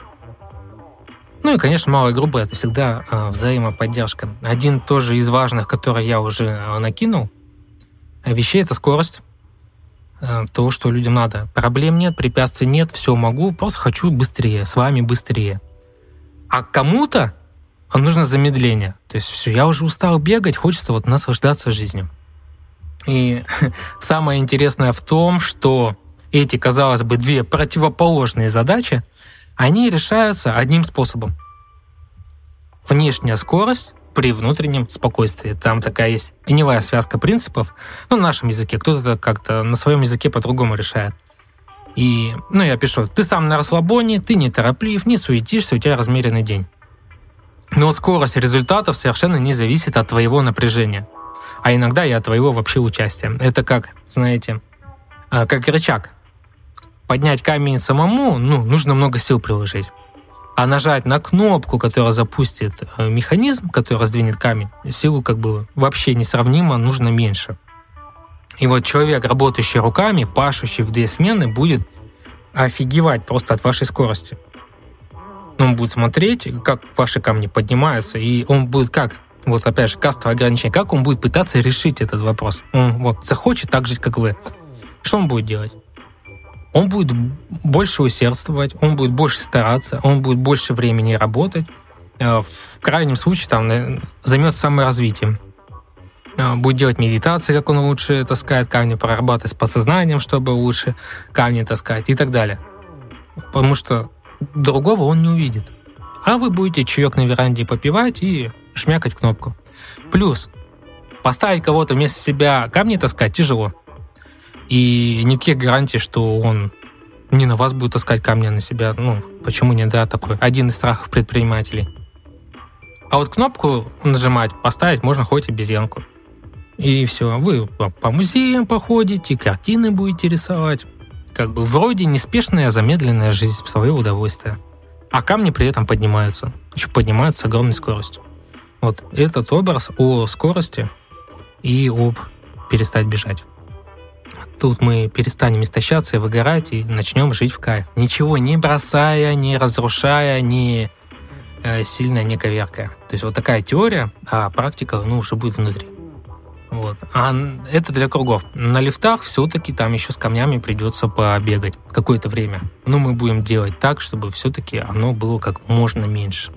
Ну и, конечно, малая группа — это всегда э, взаимоподдержка. Один тоже из важных, который я уже э, накинул, вещей — это скорость. Э, то, что людям надо. Проблем нет, препятствий нет, все могу, просто хочу быстрее, с вами быстрее. А кому-то нужно замедление. То есть все, я уже устал бегать, хочется вот наслаждаться жизнью. И самое интересное в том, что эти, казалось бы, две противоположные задачи, они решаются одним способом. Внешняя скорость при внутреннем спокойствии. Там такая есть теневая связка принципов. Ну, на нашем языке. Кто-то как-то на своем языке по-другому решает. И, ну, я пишу, ты сам на расслабоне, ты не тороплив, не суетишься, у тебя размеренный день. Но скорость результатов совершенно не зависит от твоего напряжения. А иногда и от твоего вообще участия. Это как, знаете, как рычаг. Поднять камень самому, ну, нужно много сил приложить. А нажать на кнопку, которая запустит механизм, который раздвинет камень, силу как бы вообще несравнимо, нужно меньше. И вот человек, работающий руками, пашущий в две смены, будет офигевать просто от вашей скорости. Он будет смотреть, как ваши камни поднимаются, и он будет как, вот опять же, кастовое ограничение, как он будет пытаться решить этот вопрос. Он вот захочет так жить, как вы. Что он будет делать? Он будет больше усердствовать, он будет больше стараться, он будет больше времени работать. В крайнем случае там займется саморазвитием. Будет делать медитации, как он лучше таскает камни, прорабатывать с подсознанием, чтобы лучше камни таскать и так далее. Потому что другого он не увидит. А вы будете чаек на веранде попивать и шмякать кнопку. Плюс поставить кого-то вместо себя камни таскать тяжело. И никаких гарантий, что он не на вас будет таскать камни, а на себя. Ну, почему не, да, такой один из страхов предпринимателей. А вот кнопку нажимать, поставить можно хоть обезьянку. И все, вы по музеям походите, картины будете рисовать. Как бы вроде неспешная, замедленная жизнь в свое удовольствие. А камни при этом поднимаются. Еще поднимаются с огромной скоростью. Вот этот образ о скорости и об перестать бежать. Тут мы перестанем истощаться и выгорать, и начнем жить в кайф. Ничего не бросая, не разрушая, не э, сильно не коверкая. То есть вот такая теория, а практика, ну, уже будет внутри. Вот. А это для кругов. На лифтах все-таки там еще с камнями придется побегать какое-то время. Но мы будем делать так, чтобы все-таки оно было как можно меньше.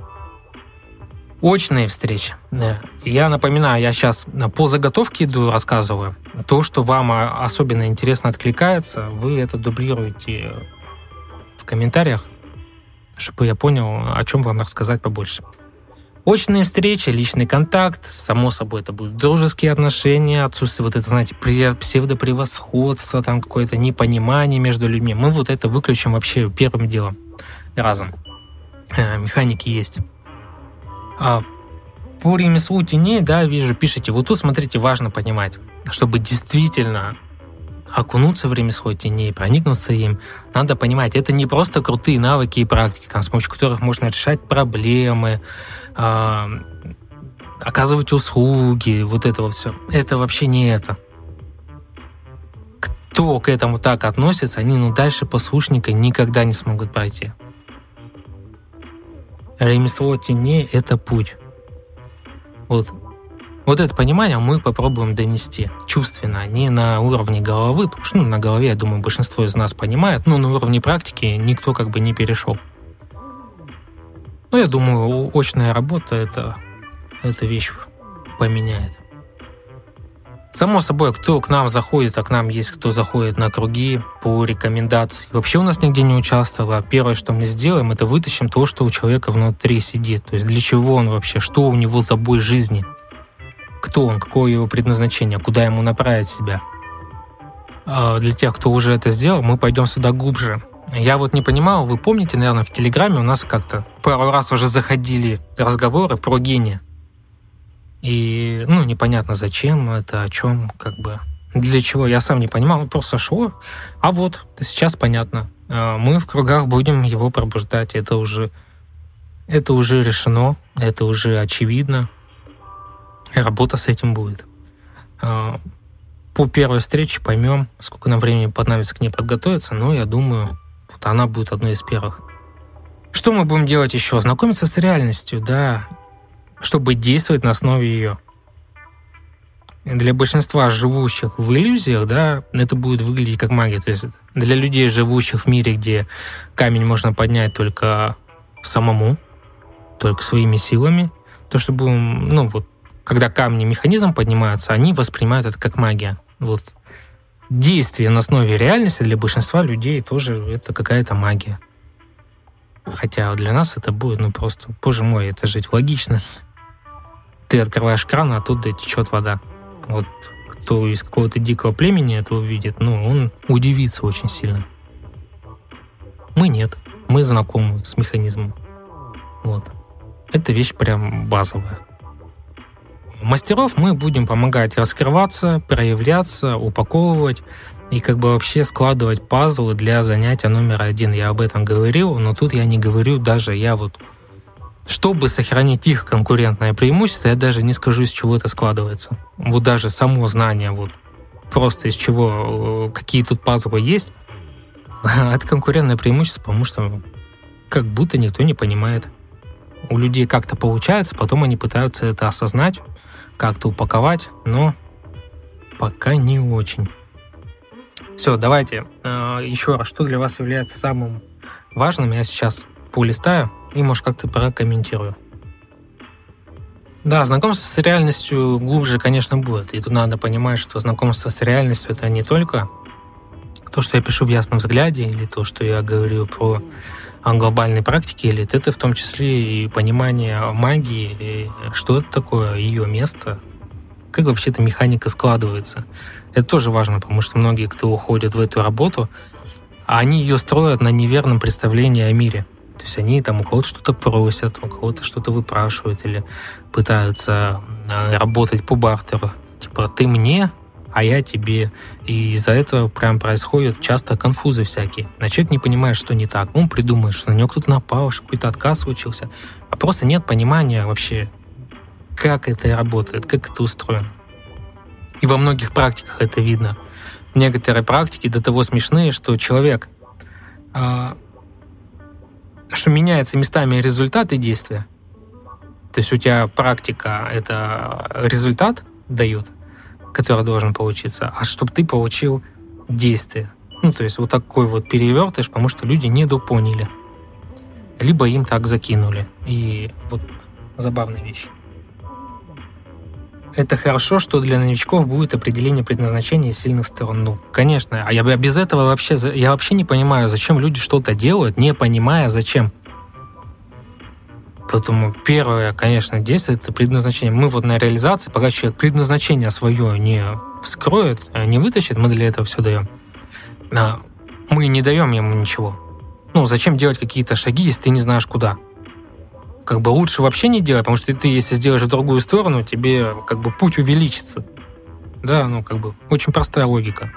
Очные встречи. Я напоминаю, я сейчас по заготовке иду, рассказываю. То, что вам особенно интересно откликается, вы это дублируете в комментариях, чтобы я понял, о чем вам рассказать побольше. Очные встречи, личный контакт, само собой, это будут дружеские отношения, отсутствие вот это, знаете, псевдопревосходство, там какое-то непонимание между людьми. Мы вот это выключим вообще первым делом, разом. Механики есть. А по ремеслу теней, да, вижу, пишите. Вот тут, смотрите, важно понимать, чтобы действительно окунуться в ремесло теней, проникнуться им, надо понимать, это не просто крутые навыки и практики, там, с помощью которых можно решать проблемы, э, оказывать услуги, вот это вот все. Это вообще не это. Кто к этому так относится, они ну, дальше послушника никогда не смогут пройти. Ремесло теней — это путь. Вот. Вот это понимание мы попробуем донести чувственно, не на уровне головы, потому что ну, на голове, я думаю, большинство из нас понимает, но на уровне практики никто как бы не перешел. Но я думаю, очная работа это, эта вещь поменяет. Само собой, кто к нам заходит, а к нам есть кто заходит на круги по рекомендации. Вообще у нас нигде не участвовало. Первое, что мы сделаем, это вытащим то, что у человека внутри сидит. То есть для чего он вообще, что у него за бой жизни. кто он, какое его предназначение, куда ему направить себя. Для тех, кто уже это сделал, мы пойдем сюда глубже. Я вот не понимал, вы помните, наверное, в Телеграме у нас как-то пару раз уже заходили разговоры про гения. И, ну, непонятно зачем это, о чем, как бы, для чего, я сам не понимал, просто шло. А вот, сейчас понятно. Мы в кругах будем его пробуждать, это уже, это уже решено, это уже очевидно. Работа с этим будет. По первой встрече поймем, сколько нам времени понадобится к ней подготовиться, но я думаю, вот она будет одной из первых. Что мы будем делать еще? Знакомиться с реальностью, да, чтобы действовать на основе ее. Для большинства живущих в иллюзиях, да, это будет выглядеть как магия. То есть для людей, живущих в мире, где камень можно поднять только самому, только своими силами, то, что будем, ну вот, когда камни механизм поднимаются, они воспринимают это как магия. Вот. Действие на основе реальности для большинства людей тоже это какая-то магия. Хотя для нас это будет, ну просто, боже мой, это же логично. Ты открываешь кран, а оттуда течет вода. Вот кто из какого-то дикого племени это увидит, ну, он удивится очень сильно. Мы нет. Мы знакомы с механизмом. Вот. Это вещь прям базовая. Мастеров мы будем помогать раскрываться, проявляться, упаковывать и как бы вообще складывать пазлы для занятия номер один. Я об этом говорил, но тут я не говорю даже, я вот, чтобы сохранить их конкурентное преимущество, я даже не скажу, из чего это складывается. Вот даже само знание, вот просто из чего, какие тут пазлы есть, это конкурентное преимущество, потому что как будто никто не понимает. У людей как-то получается, потом они пытаются это осознать, как-то упаковать, но пока не очень. Все, давайте э, еще раз, что для вас является самым важным, я сейчас полистаю и, может, как-то прокомментирую. Да, знакомство с реальностью глубже, конечно, будет. И тут надо понимать, что знакомство с реальностью — это не только то, что я пишу в «Ясном взгляде», или то, что я говорю про глобальной практики, или это в том числе и понимание магии, и что это такое, ее место, как вообще эта механика складывается. Это тоже важно, потому что многие, кто уходит в эту работу, они ее строят на неверном представлении о мире. То есть они там у кого-то что-то просят, у кого-то что-то выпрашивают или пытаются работать по бартеру. Типа ты мне, а я тебе. И из-за этого прям происходят часто конфузы всякие. А человек не понимает, что не так. Он придумает, что на него кто-то напал, что какой-то отказ случился. А просто нет понимания вообще, как это работает, как это устроено. И во многих практиках это видно. Некоторые практики до того смешные, что человек, э, что меняется местами результат и действия. То есть у тебя практика — это результат дает, который должен получиться, а чтобы ты получил действие. Ну, то есть вот такой вот перевертыш, потому что люди недопоняли. Либо им так закинули. И вот забавная вещь. Это хорошо, что для новичков будет определение предназначения и сильных сторон. Ну, конечно. А я без этого вообще... Я вообще не понимаю, зачем люди что-то делают, не понимая, зачем. Поэтому первое, конечно, действие — это предназначение. Мы вот на реализации, пока человек предназначение свое не вскроет, не вытащит, мы для этого все даем. Мы не даем ему ничего. Ну, зачем делать какие-то шаги, если ты не знаешь, куда? Как бы лучше вообще не делать, потому что ты, если сделаешь в другую сторону, тебе как бы путь увеличится. Да, ну, как бы очень простая логика.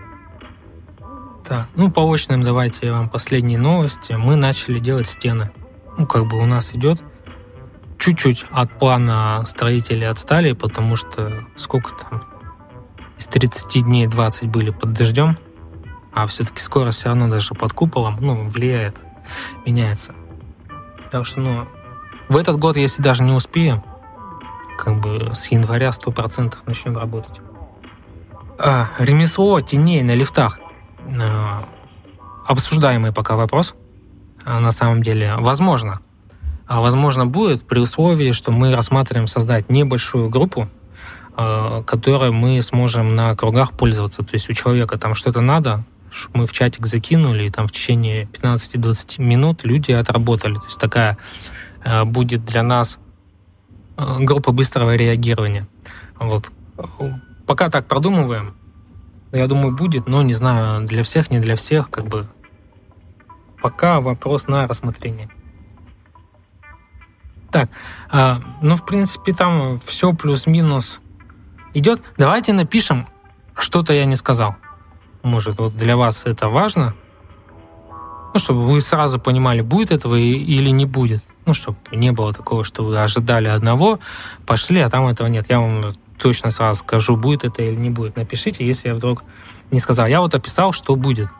Так, ну, по очным давайте я вам последние новости. Мы начали делать стены. Ну, как бы у нас идет. Чуть-чуть от плана строители отстали, потому что сколько там? Из тридцати дней двадцать были под дождем, а все-таки скорость все равно даже под куполом, ну, влияет, меняется. Так что, ну, в этот год, если даже не успеем, как бы с января сто процентов начнем работать. А, ремесло теней на лифтах. А, обсуждаемый пока вопрос. А, на самом деле, возможно. А, возможно, будет при условии, что мы рассматриваем создать небольшую группу, а, которой мы сможем на кругах пользоваться. То есть у человека там что-то надо, мы в чатик закинули, и там в течение пятнадцати-двадцати минут люди отработали. То есть такая будет для нас группа быстрого реагирования. Вот. Пока так продумываем. Я думаю, будет, но не знаю, для всех, не для всех, как бы. Пока вопрос на рассмотрение. Так, а, ну, в принципе, там все плюс-минус идет. Давайте напишем, что-то я не сказал. Может, вот для вас это важно? Ну, чтобы вы сразу понимали, будет этого или не будет. Ну, чтобы не было такого, что вы ожидали одного, пошли, а там этого нет. Я вам точно сразу скажу, будет это или не будет. Напишите, если я вдруг не сказал. Я вот описал, что будет.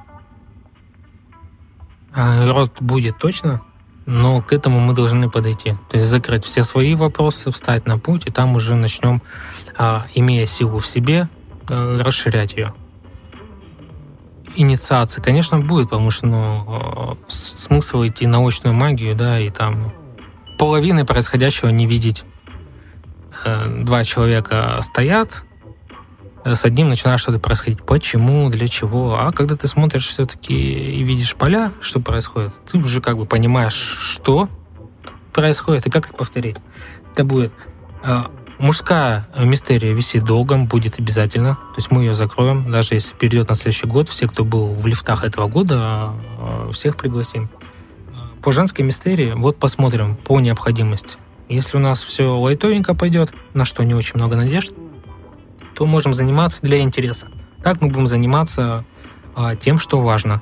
Род будет точно, но к этому мы должны подойти. То есть закрыть все свои вопросы, встать на путь, и там уже начнем, имея силу в себе, расширять ее. Инициация, конечно, будет, потому что ну, смысл идти на научную магию, да, и там половины происходящего не видеть. Два человека стоят, с одним начинает что-то происходить. Почему, для чего? А когда ты смотришь все-таки и видишь поля, что происходит, ты уже как бы понимаешь, что происходит и как это повторить. Это будет мужская мистерия висит долго, будет обязательно. То есть мы ее закроем. Даже если перейдет на следующий год, все, кто был в лифтах этого года, всех пригласим. По женской мистерии, вот посмотрим по необходимости. Если у нас все лайтовенько пойдет, на что не очень много надежд, то можем заниматься для интереса. Так мы будем заниматься а, тем, что важно.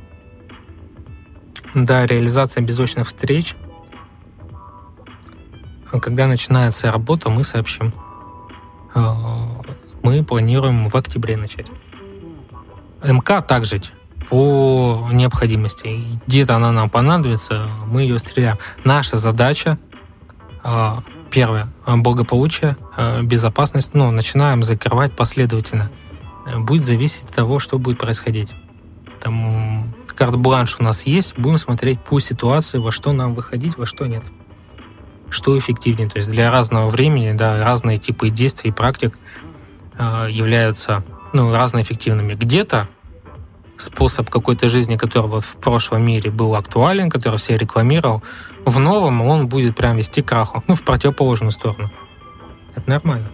Да, реализация безочных встреч. Когда начинается работа, мы сообщим. Мы планируем в октябре начать. МК также по необходимости. Где-то она нам понадобится, мы ее стреляем. Наша задача, первое, благополучие, безопасность. Ну, начинаем закрывать последовательно. Будет зависеть от того, что будет происходить. Там карт-бланш у нас есть, будем смотреть по ситуации, во что нам выходить, во что нет. Что эффективнее. То есть для разного времени, да, разные типы действий и практик э, являются ну, разно эффективными. Где-то способ какой-то жизни, который вот в прошлом мире был актуален, который все рекламировал, в новом он будет прям вести к краху. Ну, в противоположную сторону. Это нормально.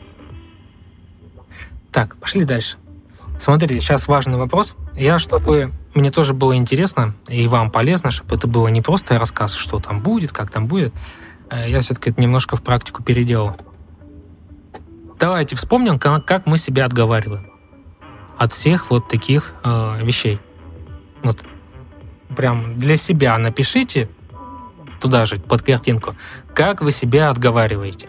Так, пошли дальше. Смотрите, сейчас важный вопрос. Я, чтобы мне тоже было интересно и вам полезно, чтобы это было не просто рассказ, что там будет, как там будет, я все-таки это немножко в практику переделал. Давайте вспомним, как мы себя отговариваем от всех вот таких э, вещей. Вот прям для себя напишите туда же, под картинку, как вы себя отговариваете.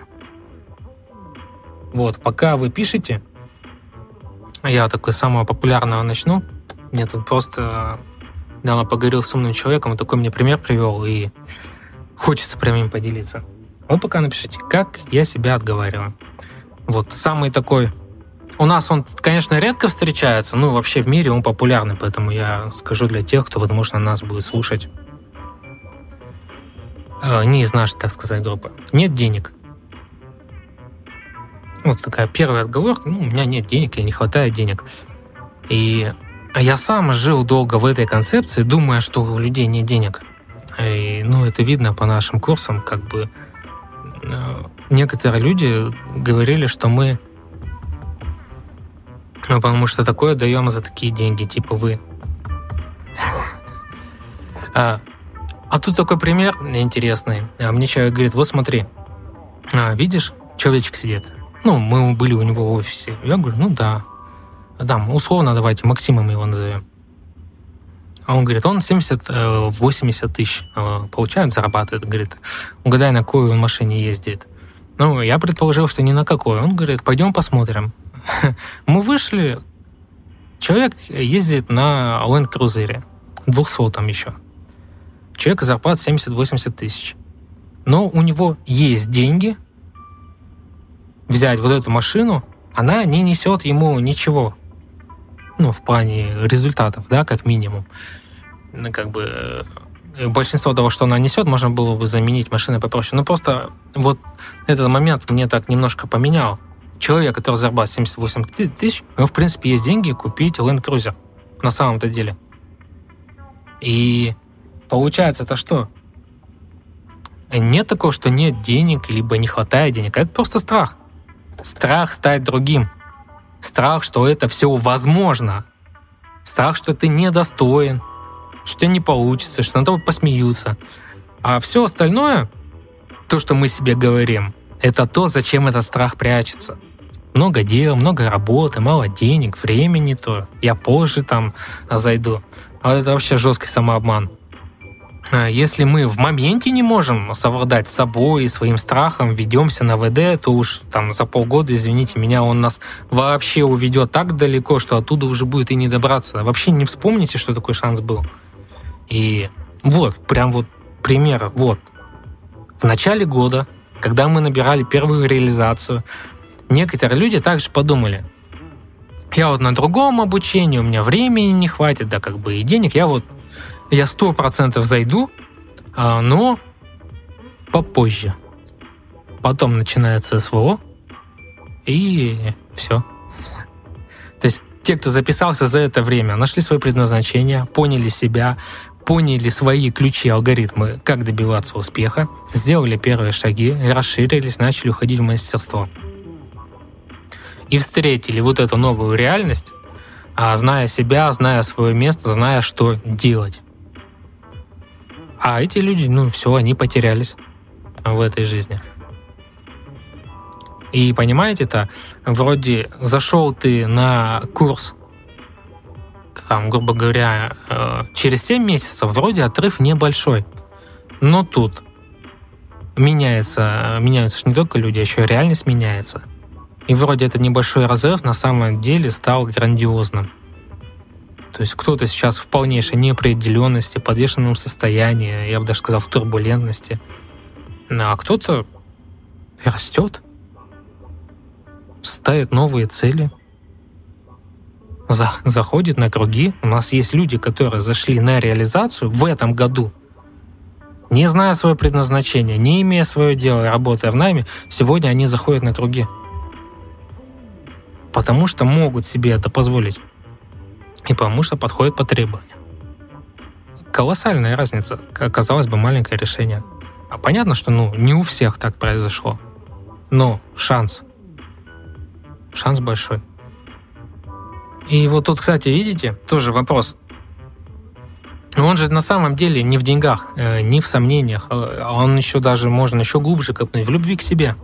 Вот, пока вы пишете, я такой самого популярного начну. Мне тут просто недавно поговорил с умным человеком, он такой мне пример привел, и хочется прям им поделиться. Вы пока напишите, как я себя отговариваю. Вот самый такой... У нас он, конечно, редко встречается, но вообще в мире он популярный, поэтому я скажу для тех, кто, возможно, нас будет слушать не из нашей, так сказать, группы. Нет денег. Вот такая первая отговорка. Ну, у меня нет денег или не хватает денег. И я сам жил долго в этой концепции, думая, что у людей нет денег. И, ну, это видно по нашим курсам, как бы некоторые люди говорили, что мы потому что такое даем за такие деньги, типа вы. А, а тут такой пример интересный. А мне человек говорит, вот смотри, а, видишь, человечек сидит. Ну, мы были у него в офисе. Я говорю, ну да. Да, условно давайте Максимом его назовем. А он говорит, он семьдесят-восемьдесят тысяч получает, зарабатывает. Говорит, угадай, на какой он машине ездит. Ну, я предположил, что ни на какой. Он говорит, пойдем посмотрим. Мы вышли, человек ездит на Land Cruiser, двухсотом еще. Человек зарплата семьдесят-восемьдесят тысяч. Но у него есть деньги взять вот эту машину, она не несет ему ничего. Ну, в плане результатов, да, как минимум. Ну, как бы большинство того, что она несет, можно было бы заменить машиной попроще. Но просто вот этот момент мне так немножко поменял. Человек, который зарабатывает семьдесят восемь тысяч, у него, в принципе, есть деньги купить Land Cruiser. На самом-то деле. И получается-то что? Нет такого, что нет денег, либо не хватает денег. Это просто страх. Страх стать другим. Страх, что это все возможно. Страх, что ты недостоин, что тебе не получится, что над тобой посмеются. А все остальное, то, что мы себе говорим, это то, зачем этот страх прячется. Много дел, много работы, мало денег, времени то. Я позже там зайду. А это вообще жесткий самообман. Если мы в моменте не можем совладать с собой и своим страхом, ведемся на вэ дэ, то уж там за полгода, извините меня, он нас вообще уведет так далеко, что оттуда уже будет и не добраться. Вообще не вспомните, что такой шанс был. И вот, прям вот пример. Вот. В начале года, когда мы набирали первую реализацию, некоторые люди также подумали: я вот на другом обучении, у меня времени не хватит, да как бы и денег, я вот я сто процентов зайду, но попозже. Потом начинается эс вэ о, и все. То есть те, кто записался за это время, нашли свое предназначение, поняли себя, поняли свои ключи, алгоритмы, как добиваться успеха, сделали первые шаги, расширились, начали уходить в мастерство. И встретили вот эту новую реальность, зная себя, зная свое место, зная, что делать. А эти люди, ну все, они потерялись в этой жизни. И понимаете-то, вроде зашел ты на курс, там, грубо говоря, через семь месяцев, вроде отрыв небольшой. Но тут меняется, меняются же не только люди, а еще и реальность меняется. И вроде этот небольшой разрыв на самом деле стал грандиозным. То есть кто-то сейчас в полнейшей неопределенности, подвешенном состоянии, я бы даже сказал, в турбулентности. А кто-то растет, ставит новые цели, за, заходит на круги. У нас есть люди, которые зашли на реализацию в этом году, не зная свое предназначение, не имея свое дело, работая в найме, сегодня они заходят на круги. Потому что могут себе это позволить. И потому что подходит по требованиям. Колоссальная разница. Казалось бы, маленькое решение. А понятно, что ну, не у всех так произошло. Но шанс. Шанс большой. И вот тут, кстати, видите, тоже вопрос. Он же на самом деле не в деньгах, не в сомнениях. Он еще даже, можно еще глубже копнуть, в любви к себе.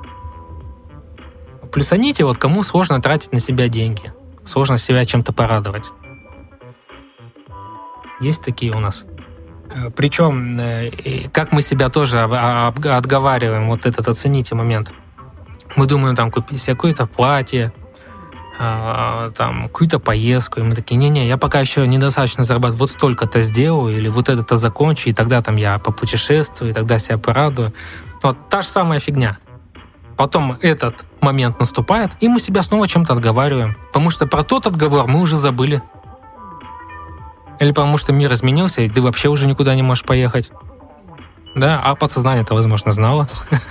Плюсаните, вот кому сложно тратить на себя деньги. Сложно себя чем-то порадовать. Есть такие у нас. Причем, как мы себя тоже отговариваем, вот этот, оцените момент. Мы думаем, там, купить себе какое-то платье, там, какую-то поездку, и мы такие, не-не, я пока еще недостаточно зарабатываю, вот столько-то сделаю, или вот это-то закончу, и тогда там я попутешествую, и тогда себя порадую. Вот та же самая фигня. Потом этот момент наступает, и мы себя снова чем-то отговариваем. Потому что про тот отговор мы уже забыли. Или потому что мир изменился, и ты вообще уже никуда не можешь поехать. Да, а подсознание это, возможно, знало.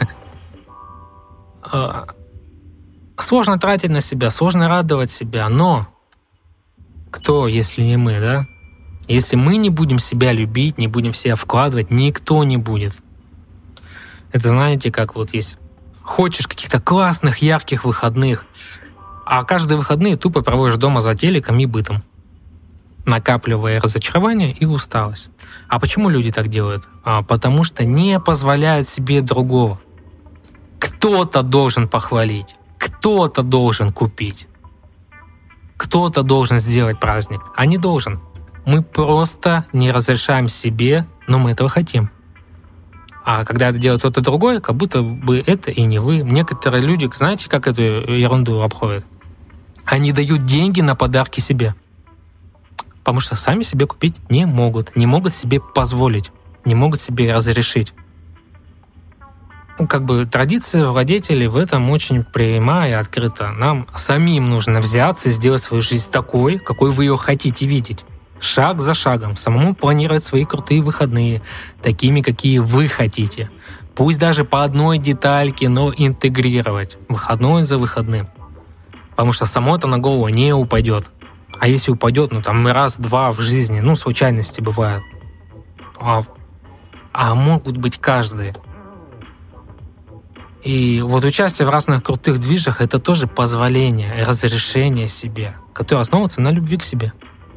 Сложно тратить на себя, сложно радовать себя, но кто, если не мы, да? Если мы не будем себя любить, не будем в себя вкладывать, никто не будет. Это знаете, как вот есть... Хочешь каких-то классных, ярких выходных, а каждые выходные тупо проводишь дома за телеком и бытом, накапливая разочарование и усталость. А почему люди так делают? А, потому что не позволяют себе другого. Кто-то должен похвалить, кто-то должен купить, кто-то должен сделать праздник, а не должен. Мы просто не разрешаем себе, но мы этого хотим. А когда это делает кто-то другой, как будто бы это и не вы. Некоторые люди, знаете, как эту ерунду обходят? Они дают деньги на подарки себе. Потому что сами себе купить не могут. Не могут себе позволить. Не могут себе разрешить. Ну, как бы традиция владетелей в этом очень прямая и открыта. Нам самим нужно взяться и сделать свою жизнь такой, какой вы ее хотите видеть. Шаг за шагом, самому планировать свои крутые выходные, такими, какие вы хотите. Пусть даже по одной детальке, но интегрировать выходной за выходным. Потому что само это на голову не упадет. А если упадет, ну там раз-два в жизни, ну случайности бывают. А, а могут быть каждые. И вот участие в разных крутых движах — это тоже позволение, разрешение себе, которое основывается на любви к себе.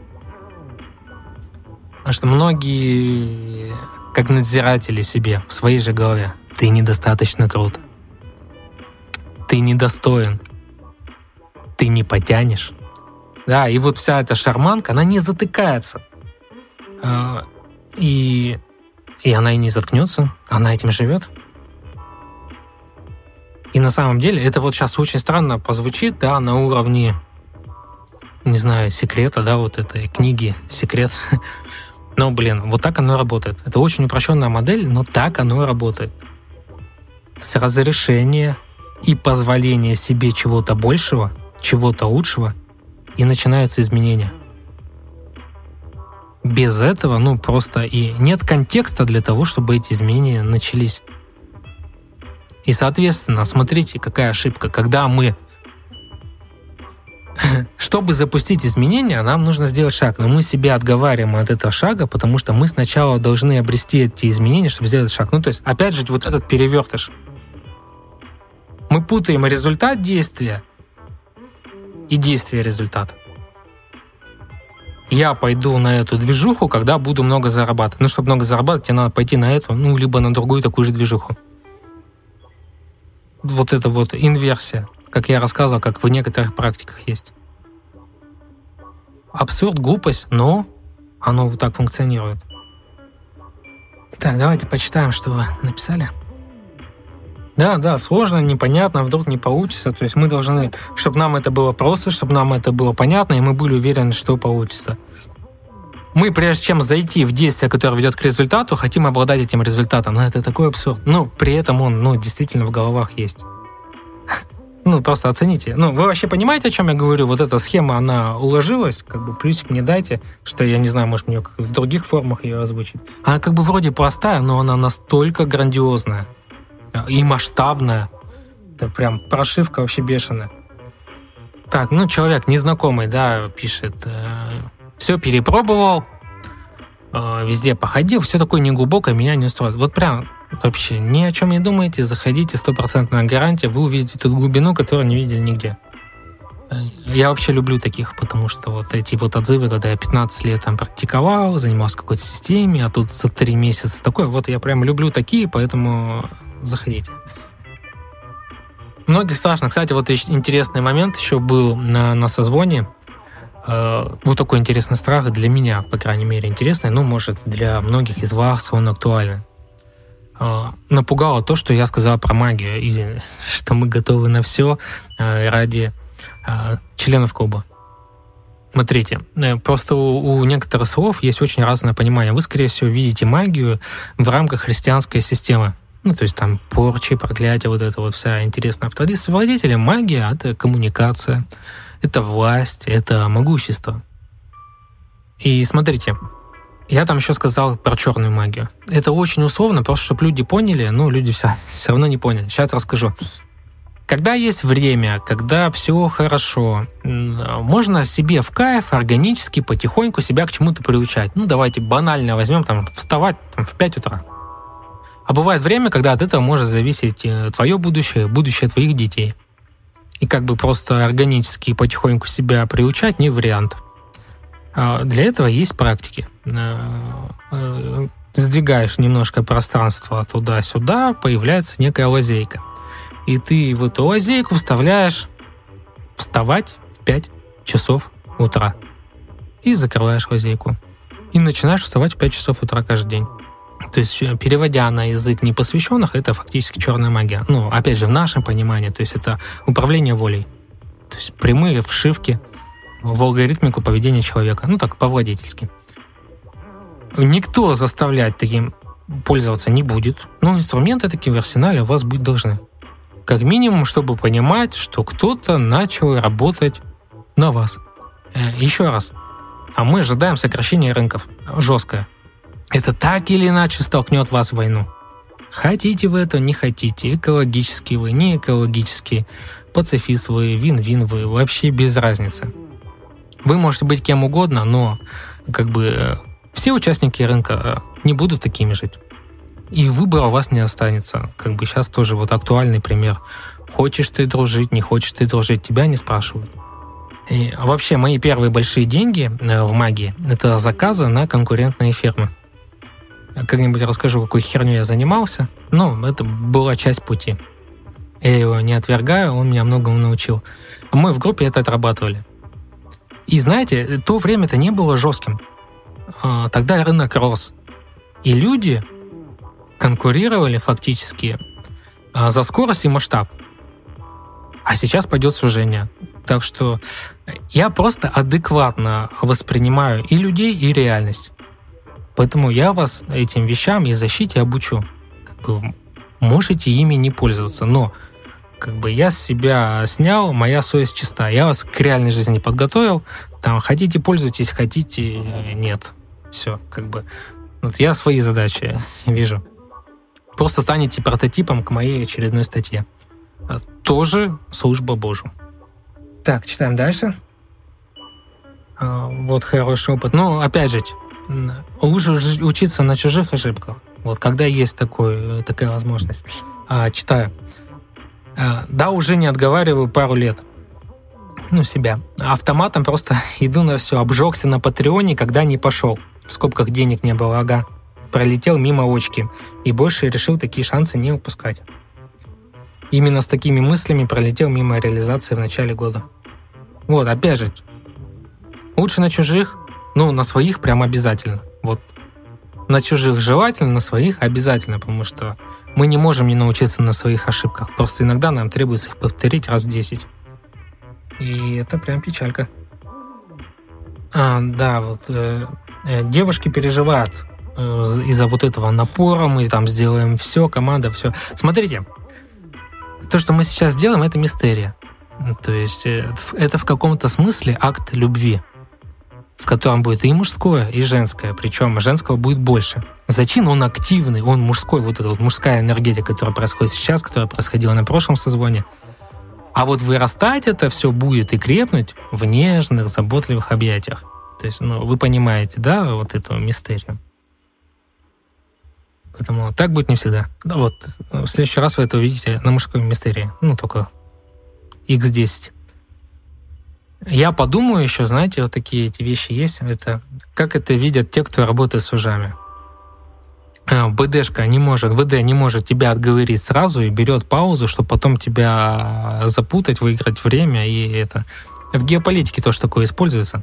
Потому что многие, как надзиратели себе в своей же голове: ты недостаточно крут, ты недостоин, ты не потянешь. Да, и вот вся эта шарманка, она не затыкается. И, и она и не заткнется, она этим живет. И на самом деле это вот сейчас очень странно прозвучит, да, на уровне, не знаю, секрета, да, вот этой книги «Секрет». Но, блин, вот так оно работает. Это очень упрощенная модель, но так оно и работает. С разрешения и позволения себе чего-то большего, чего-то лучшего, и начинаются изменения. Без этого, ну, просто и нет контекста для того, чтобы эти изменения начались. И, соответственно, смотрите, какая ошибка. Когда мы... Чтобы запустить изменения, нам нужно сделать шаг. Но мы себя отговариваем от этого шага, потому что мы сначала должны обрести эти изменения, чтобы сделать шаг. Ну, то есть, опять же, вот этот перевертыш. Мы путаем результат действия и действие результат. Я пойду на эту движуху, когда буду много зарабатывать. Ну, чтобы много зарабатывать, тебе надо пойти на эту, ну, либо на другую такую же движуху. Вот это вот инверсия, как я рассказывал, как в некоторых практиках есть. Абсурд, глупость, но оно вот так функционирует. Так, давайте почитаем, что вы написали. Да, да, сложно, непонятно, вдруг не получится. То есть мы должны, чтобы нам это было просто, чтобы нам это было понятно, и мы были уверены, что получится. Мы, прежде чем зайти в действие, которое ведет к результату, хотим обладать этим результатом. Но это такой абсурд. Ну, при этом он, ну, действительно в головах есть. Ну, просто оцените. Ну, вы вообще понимаете, о чем я говорю? Вот эта схема, она уложилась, как бы плюсик мне дайте, что я не знаю, может, мне в других формах ее озвучить. Она как бы вроде простая, но она настолько грандиозная и масштабная. Это прям прошивка вообще бешеная. Так, ну, человек незнакомый, да, пишет... Все перепробовал, везде походил, все такое неглубокое, меня не устроит. Вот прям вообще ни о чем не думайте, заходите, стопроцентная гарантия, вы увидите ту глубину, которую не видели нигде. Я вообще люблю таких, потому что вот эти вот отзывы, когда я пятнадцать лет там практиковал, занимался какой-то системе, а тут за три месяца такое, вот я прям люблю такие, поэтому заходите. Многих страшно. Кстати, вот интересный момент еще был на, на созвоне. Вот такой интересный страх для меня, по крайней мере, интересный, ну, может, для многих из вас он актуален. Напугало то, что я сказал про магию, и что мы готовы на все ради членов клуба. Смотрите, просто у, у некоторых слов есть очень разное понимание. Вы, скорее всего, видите магию в рамках христианской системы. Ну, то есть там порчи, проклятия, вот это вот вся интересная. В традиции владетеля магия — это коммуникация, это власть, это могущество. И смотрите, я там еще сказал про черную магию. Это очень условно, просто чтобы люди поняли, но люди все, все равно не поняли. Сейчас расскажу. Когда есть время, когда все хорошо, можно себе в кайф органически, потихоньку себя к чему-то приучать. Ну, давайте банально возьмем, там, вставать там, в пять утра. А бывает время, когда от этого может зависеть твое будущее, будущее твоих детей. И как бы просто органически потихоньку себя приучать не вариант. Для этого есть практики. Сдвигаешь немножко пространство туда-сюда, появляется некая лазейка. И ты в эту лазейку вставляешь вставать в пять часов утра. И закрываешь лазейку. И начинаешь вставать в пять часов утра каждый день. То есть, переводя на язык непосвященных, это фактически черная магия. Ну, опять же, в нашем понимании, то есть это управление волей. То есть прямые вшивки в алгоритмику поведения человека. Ну, так, по-владельски. Никто заставлять таким пользоваться не будет. Но инструменты такие в арсенале у вас быть должны. Как минимум, чтобы понимать, что кто-то начал работать на вас. Еще раз. А мы ожидаем сокращения рынков. Жесткое. Это так или иначе столкнет вас в войну. Хотите вы это, не хотите. Экологически вы, не экологически. Пацифист вы, вин-вин вы. Вообще без разницы. Вы можете быть кем угодно, но как бы все участники рынка не будут такими жить. и выбора у вас не останется. Как бы сейчас тоже вот актуальный пример. Хочешь ты дружить, не хочешь ты дружить, тебя не спрашивают. И вообще, мои первые большие деньги в магии – это заказы на конкурентные фирмы. Как-нибудь расскажу, какой херню я занимался. Ну, это была часть пути. Я его не отвергаю, он меня многому научил. Мы в группе это отрабатывали. И знаете, то время-то не было жестким. Тогда рынок рос. И люди конкурировали фактически за скорость и масштаб. А сейчас пойдет сужение. Так что я просто адекватно воспринимаю и людей, и реальность. Поэтому я вас этим вещам и защите обучу. Как бы можете ими не пользоваться, но как бы я с себя снял, моя совесть чиста. Я вас к реальной жизни подготовил. Там хотите, пользуйтесь, хотите, нет. Все, как бы. Вот я свои задачи вижу. Просто станете прототипом к моей очередной статье. Тоже служба Божия. Так, читаем дальше. Вот хороший опыт. Ну, опять же, лучше учиться на чужих ошибках. Вот когда есть такой, такая возможность. Читаю. Да, уже не отговариваю пару лет. Ну, себя. Автоматом просто иду на все. Обжегся на Патреоне, когда не пошел. В скобках денег не было, ага. Пролетел мимо очки. И больше решил такие шансы не упускать. Именно с такими мыслями пролетел мимо реализации в начале года. Вот, опять же, лучше на чужих, ну, на своих прям обязательно. Вот. На чужих желательно, на своих обязательно, потому что мы не можем не научиться на своих ошибках. Просто иногда нам требуется их повторить раз десять. И это прям печалька. А, да, вот э, э, девушки переживают э, из-за вот этого напора, мы там сделаем все, команда, все. Смотрите, то, что мы сейчас делаем, это мистерия. То есть это в каком-то смысле акт любви, в котором будет и мужское, и женское. Причем женского будет больше. Зачин, он активный, он мужской, вот эта вот мужская энергетика, которая происходит сейчас, которая происходила на прошлом созвоне. А вот вырастать это все будет и крепнуть в нежных, заботливых объятиях. То есть, ну, вы понимаете, да, вот эту мистерию. Поэтому так будет не всегда. Да, вот в следующий раз вы это увидите на мужской мистерии. Ну, только икс десять. Я подумаю еще, знаете, вот такие эти вещи есть. Это как это видят те, кто работает с ужами. БДшка не может, ВД не может тебя отговорить сразу и берет паузу, чтобы потом тебя запутать, выиграть время. И это в геополитике тоже такое используется.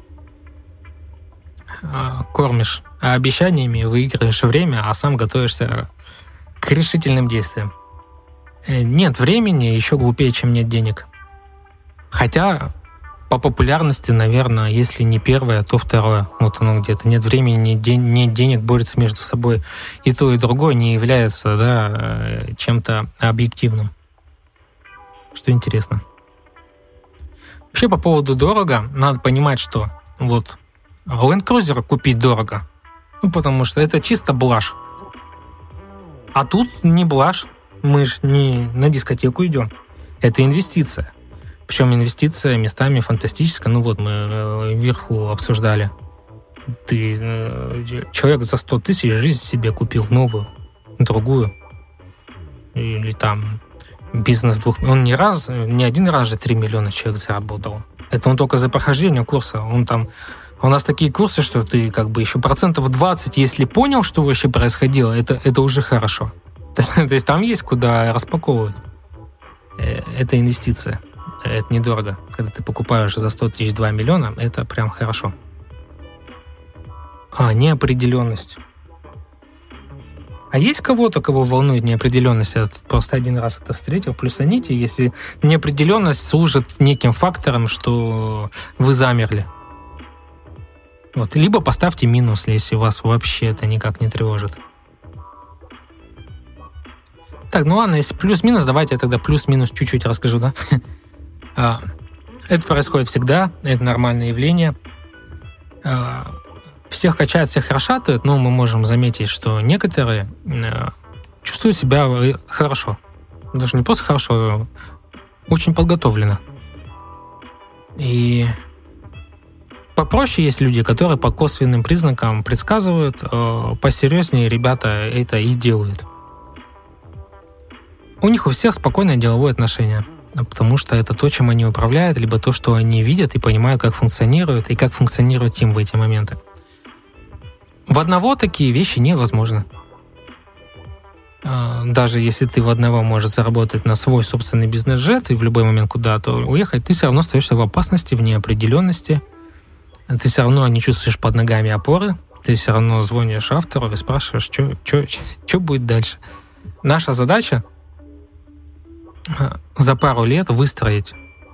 Кормишь обещаниями, выигрываешь время, а сам готовишься к решительным действиям. Нет времени, еще глупее, чем нет денег. Хотя по популярности, наверное, если не первое, то второе. Вот оно где-то. Нет времени, нет, ден- нет денег, борются между собой. И то, и другое не является, да, чем-то объективным. Что интересно. Вообще по поводу дорого, надо понимать, что вот Land Cruiser купить дорого. Ну, потому что это чисто блажь. А тут не блажь. Мы же не на дискотеку идем. Это инвестиция. Причем инвестиция местами фантастическая. Ну вот, мы вверху обсуждали. Ты, человек за сто тысяч жизнь себе купил новую, другую. Или там бизнес двух... Он не раз, не один раз же три миллиона человек заработал. Это он только за прохождение курса. Он там... У нас такие курсы, что ты как бы еще процентов двадцать, если понял, что вообще происходило, это, это уже хорошо. То есть там есть куда распаковывать. Это инвестиция. Это недорого. Когда ты покупаешь за сто тысяч два миллиона, это прям хорошо. А, неопределенность. А есть кого-то, кого волнует неопределенность? Я просто один раз это встретил. Плюсаните, если неопределенность служит неким фактором, что вы замерли. Вот. Либо поставьте минус, если вас вообще это никак не тревожит. Так, ну ладно, если плюс-минус, давайте я тогда плюс-минус чуть-чуть расскажу, да? Это происходит всегда, это нормальное явление. Всех качают, всех расшатывают, но мы можем заметить, что некоторые чувствуют себя хорошо. Даже не просто хорошо, очень подготовленно. И попроще есть люди, которые по косвенным признакам предсказывают, посерьезнее ребята это и делают. у них у всех спокойное деловое отношение, потому что это то, чем они управляют, либо то, что они видят и понимают, как функционирует, и как функционирует тим в эти моменты. В одного такие вещи невозможны. Даже если ты в одного можешь заработать на свой собственный бизнес-джет и в любой момент куда-то уехать, ты все равно остаешься в опасности, в неопределенности. Ты все равно не чувствуешь под ногами опоры. Ты все равно звонишь автору и спрашиваешь, что будет дальше. Наша задача за пару лет выстроить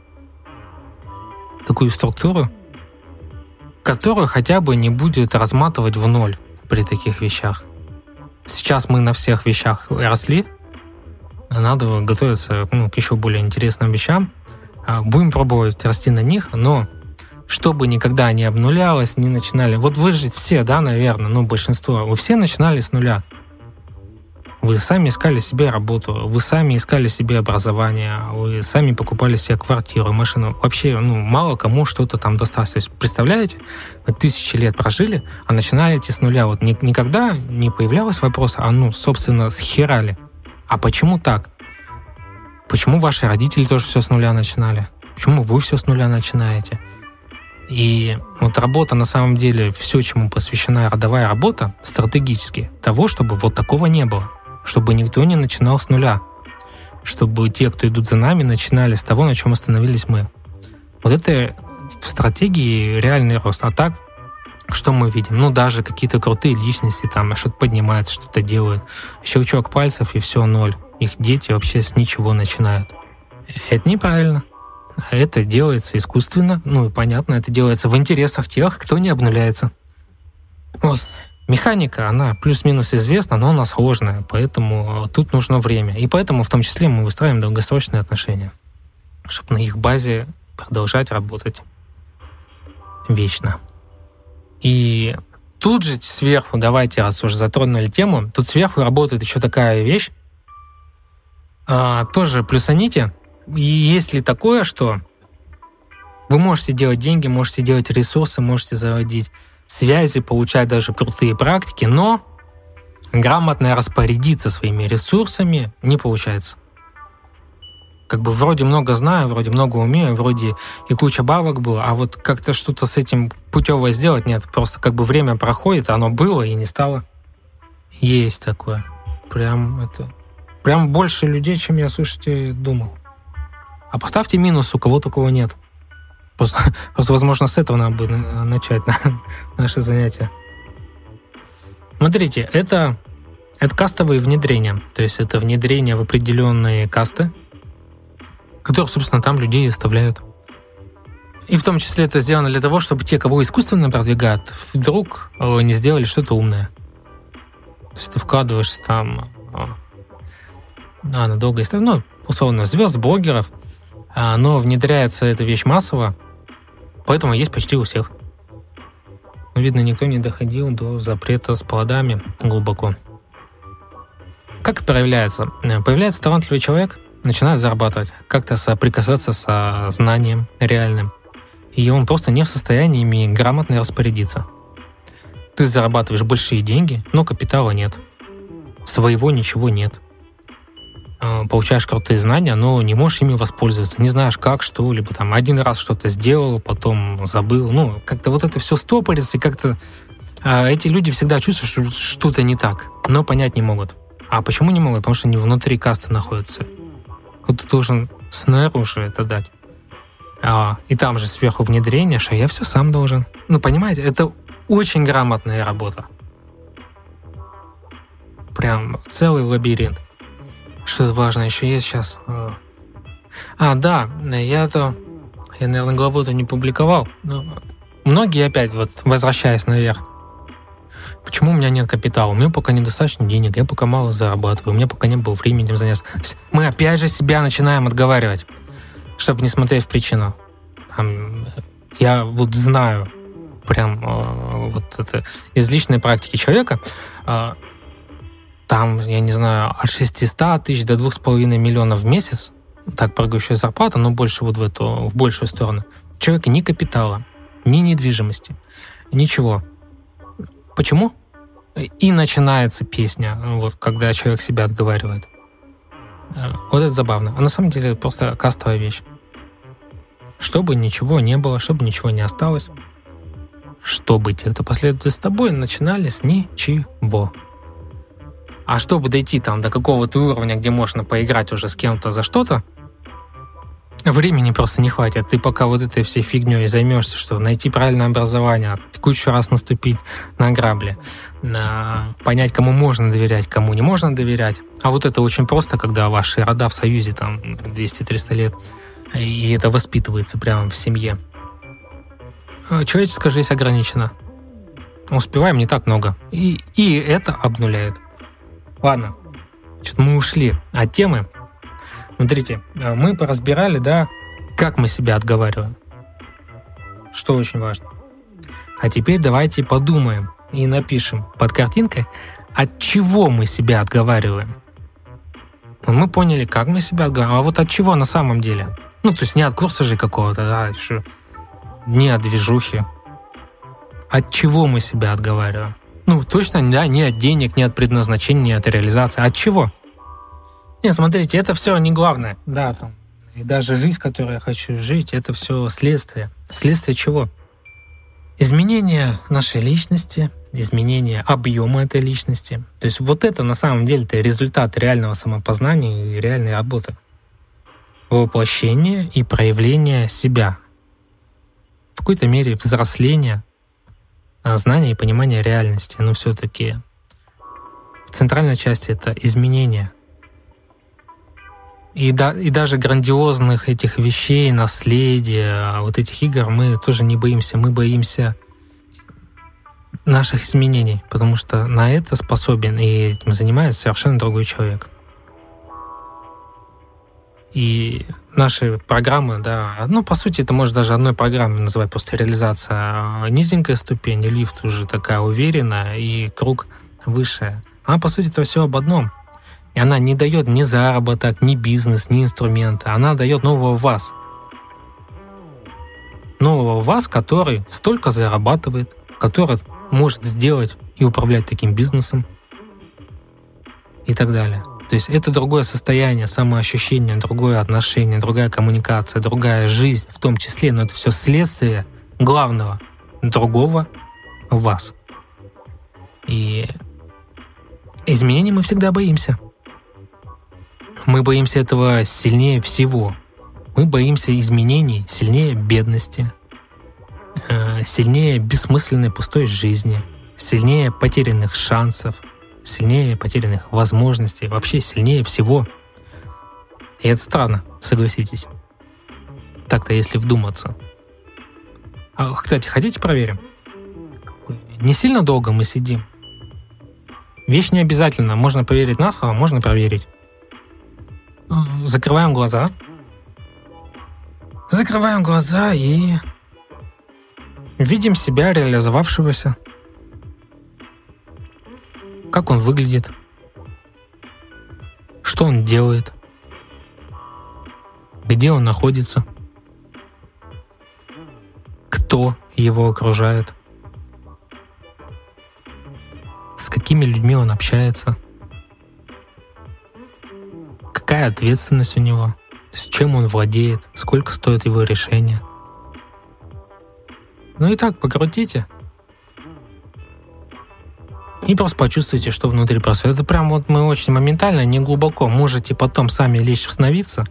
такую структуру, которая хотя бы не будет разматывать в ноль при таких вещах. Сейчас мы на всех вещах росли, надо готовиться ну, к еще более интересным вещам. Будем пробовать расти на них, но чтобы никогда не обнулялось, не начинали... Вот вы же все, да, наверное, ну, большинство, вы все начинали с нуля. Вы сами искали себе работу, вы сами искали себе образование, вы сами покупали себе квартиру, машину. Вообще, ну, мало кому что-то там досталось. То есть, представляете, вы тысячи лет прожили, а начинаете с нуля. Вот никогда не появлялось вопроса, а ну, собственно, с хера ли? А почему так? Почему ваши родители тоже все с нуля начинали? Почему вы все с нуля начинаете? И вот работа, на самом деле, все, чему посвящена родовая работа, стратегически, того, чтобы вот такого не было. Чтобы никто не начинал с нуля. Чтобы те, кто идут за нами, начинали с того, на чем остановились мы. Вот это в стратегии реальный рост. А так, что мы видим? Ну, даже какие-то крутые личности, там, что-то поднимается, что-то делают. Щелчок пальцев, и все, ноль. Их дети вообще с ничего начинают. Это неправильно. Это делается искусственно. Ну, и понятно, это делается в интересах тех, кто не обнуляется. Вот. Механика, она плюс-минус известна, но она сложная, поэтому тут нужно время. И поэтому в том числе мы выстраиваем долгосрочные отношения, чтобы на их базе продолжать работать вечно. И тут же сверху, давайте, раз уже затронули тему, тут сверху работает еще такая вещь, а, тоже плюсаните. И есть ли такое, что вы можете делать деньги, можете делать ресурсы, можете заводить связи, получать даже крутые практики, но грамотно распорядиться своими ресурсами не получается. Как бы вроде много знаю, вроде много умею, вроде и куча бабок было, а вот как-то что-то с этим путевое сделать нет. Просто как бы время проходит, оно было и не стало. Есть такое. Прям это... Прям больше людей, чем я, слушайте, думал. А поставьте минус, у кого такого нет. Просто, просто, возможно, с этого надо бы начать на, наше занятие. Смотрите, это, это кастовые внедрения. То есть это внедрение в определенные касты, которые, собственно, там людей оставляют. И в том числе это сделано для того, чтобы те, кого искусственно продвигают, вдруг не сделали что-то умное. То есть ты вкладываешься там а, на долгое историю, ну, условно, звезд, блогеров, но внедряется эта вещь массово, поэтому есть почти у всех. Но, видно, никто не доходил до запрета с плодами глубоко. Как это проявляется? Появляется талантливый человек, начинает зарабатывать, как-то соприкасаться со знанием реальным, и он просто не в состоянии ими грамотно распорядиться. Ты зарабатываешь большие деньги, но капитала нет. Своего ничего нет. Получаешь крутые знания, но не можешь ими воспользоваться. Не знаешь, как, что, либо там один раз что-то сделал, потом забыл. Ну, как-то вот это все стопорится, и как-то а, эти люди всегда чувствуют, что что-то не так, но понять не могут. А почему не могут? Потому что они внутри касты находятся. Кто-то должен снаружи это дать. А, и там же сверху внедрение, что я все сам должен. Ну, понимаете, это очень грамотная работа. Прям целый лабиринт. Что важно еще есть сейчас? А, да, я это... Я, наверное, главу-то не публиковал. Но многие опять, вот, возвращаясь наверх. Почему у меня нет капитала? У меня пока недостаточно денег, я пока мало зарабатываю, у меня пока не было времени этим заняться. Мы опять же себя начинаем отговаривать, чтобы не смотреть в причину. Я вот знаю прям вот это из личной практики человека, там, я не знаю, от шестисот тысяч до двух с половиной миллионов в месяц, так прыгающая зарплата, но больше вот в эту, в большую сторону. У человека ни капитала, ни недвижимости, ничего. Почему? И начинается песня, вот когда человек себя отговаривает. Вот это забавно. А на самом деле это просто кастовая вещь. Чтобы ничего не было, чтобы ничего не осталось, чтобы те, кто последует с тобой, начинали с ничего. А чтобы дойти там до какого-то уровня, где можно поиграть уже с кем-то за что-то, времени просто не хватит. Ты пока вот этой всей фигней займешься, что найти правильное образование, кучу раз наступить на грабли, на понять, кому можно доверять, кому не можно доверять. А вот это очень просто, когда ваши рода в союзе там двести-триста лет, и это воспитывается прямо в семье. Человеческая жизнь ограничена. Успеваем не так много. И, и это обнуляет. Ладно, что-то мы ушли от темы. Смотрите, мы поразбирали, да, как мы себя отговариваем. Что очень важно. А теперь давайте подумаем и напишем под картинкой, от чего мы себя отговариваем. Мы поняли, как мы себя отговариваем, а вот от чего на самом деле. Ну, то есть не от курса же какого-то, да, еще не от движухи. От чего мы себя отговариваем? Ну, точно, да, не от денег, не от предназначения, не от реализации. От чего? Не, смотрите, это все не главное. Да, там, и даже жизнь, которую я хочу жить, это все следствие. Следствие чего? Изменение нашей личности, изменение объема этой личности. То есть вот это на самом деле это результат реального самопознания и реальной работы. Воплощение и проявление себя. В какой-то мере взросление, знание и понимание реальности. Но все-таки в центральной части это изменение. И, да, и даже грандиозных этих вещей, наследия, вот этих игр мы тоже не боимся. Мы боимся наших изменений, потому что на это способен и этим занимается совершенно другой человек. И наши программы, да, ну, по сути, это может даже одной программой называть просто реализация. Низенькая ступень, лифт уже такая уверенная, и круг выше. А по сути, это все об одном. И она не дает ни заработок, ни бизнес, ни инструменты. Она дает нового вас. Нового вас, который столько зарабатывает, который может сделать и управлять таким бизнесом и так далее. То есть это другое состояние, самоощущение, другое отношение, другая коммуникация, другая жизнь в том числе, но это все следствие главного, другого вас. И изменений мы всегда боимся. Мы боимся этого сильнее всего. Мы боимся изменений сильнее бедности, сильнее бессмысленной пустой жизни, сильнее потерянных шансов, сильнее потерянных возможностей, вообще сильнее всего. И это странно, согласитесь. Так-то, если вдуматься. А, кстати, хотите проверим? Не сильно долго мы сидим. Вещь не обязательно. Можно проверить на слово, можно проверить. Закрываем глаза. Закрываем глаза и видим себя реализовавшегося. Как он выглядит? Что он делает? Где он находится? Кто его окружает? С какими людьми он общается? Какая ответственность у него? С чем он владеет? Сколько стоит его решение? Ну и так, покрутите. И просто почувствуйте, что внутри происходит. Это прям вот мы очень моментально, не глубоко. Можете потом сами лечь, встановиться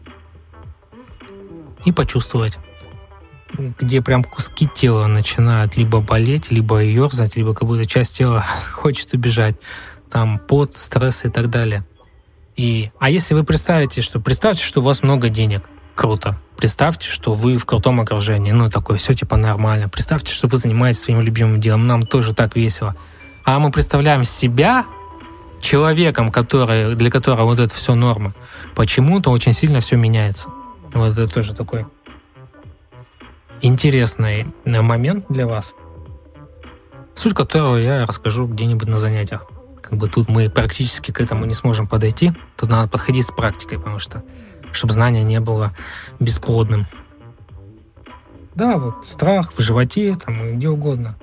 и почувствовать, где прям куски тела начинают либо болеть, либо ерзать, либо какую-то часть тела хочет убежать. Там пот, стресс и так далее. И, а если вы представите, что представьте, что у вас много денег, круто. Представьте, что вы в крутом окружении, ну такое, все типа нормально. Представьте, что вы занимаетесь своим любимым делом, нам тоже так весело. А мы представляем себя человеком, который, для которого вот это все норма. Почему-то очень сильно все меняется. Вот это тоже такой интересный момент для вас, суть которого я расскажу где-нибудь на занятиях. Как бы тут мы практически к этому не сможем подойти. Тут надо подходить с практикой, потому что чтобы знание не было бесплодным. Да, вот страх в животе, там где угодно.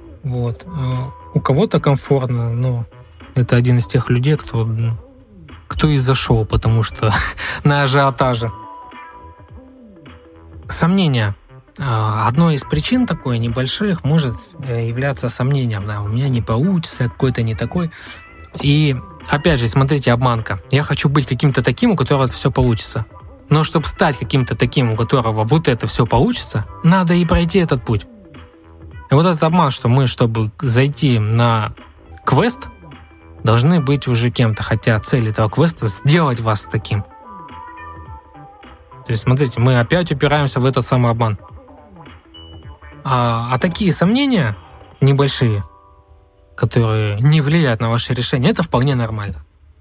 Вот. У кого-то комфортно, но это один из тех людей, кто, кто и зашел, потому что на ажиотаже. Сомнения. Одной из причин такой небольших может являться сомнением. Да, у меня не получится, какой-то не такой. И опять же, смотрите, обманка. Я хочу быть каким-то таким, у которого все получится. Но чтобы стать каким-то таким, у которого вот это все получится, надо и пройти этот путь. И вот этот обман, что мы, чтобы зайти на квест, должны быть уже кем-то, хотя цель этого квеста — сделать вас таким. То есть, смотрите, мы опять упираемся в этот самый обман. А, а такие сомнения небольшие, которые не влияют на ваше решение, это вполне нормально.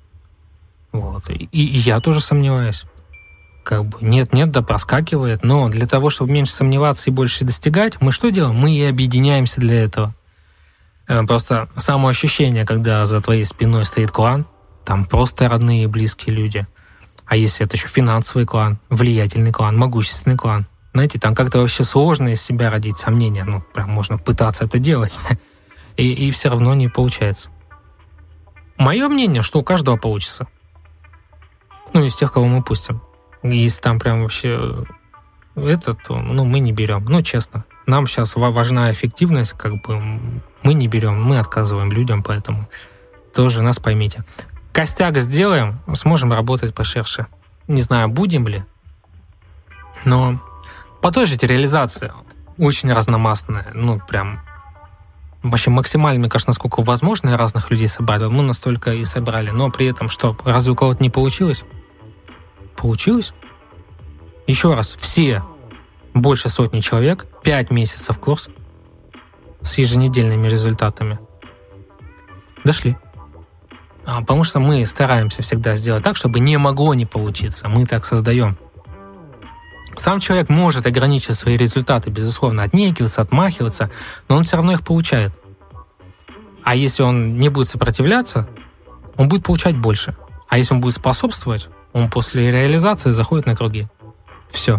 Вот. И, и я тоже сомневаюсь. Как бы нет-нет, да проскакивает. Но для того, чтобы меньше сомневаться и больше достигать, мы что делаем? Мы и объединяемся для этого. Просто само ощущение, когда за твоей спиной стоит клан, там просто родные и близкие люди. А если это еще финансовый клан, влиятельный клан, могущественный клан, знаете, там как-то вообще сложно из себя родить сомнения. Ну, прям можно пытаться это делать. И, и все равно не получается. Мое мнение, что у каждого получится. Ну, из тех, кого мы пустим. Если там прям вообще это, то ну, мы не берем. Ну, честно. Нам сейчас важна эффективность, как бы мы не берем, мы отказываем людям, поэтому тоже нас поймите. Костяк сделаем, сможем работать поширше. Не знаю, будем ли, но по той же реализация очень разномастная, ну, прям вообще максимально, мне кажется, насколько возможно разных людей собрали, мы настолько и собрали, но при этом что, разве у кого-то не получилось? Получилось? Еще раз, все больше сотни человек, пять месяцев курс с еженедельными результатами дошли. А, потому что мы стараемся всегда сделать так, чтобы не могло не получиться. Мы так создаем. Сам человек может ограничить свои результаты, безусловно, отнекиваться, отмахиваться, но он все равно их получает. А если он не будет сопротивляться, он будет получать больше. А если он будет способствовать, он после реализации заходит на круги. Все.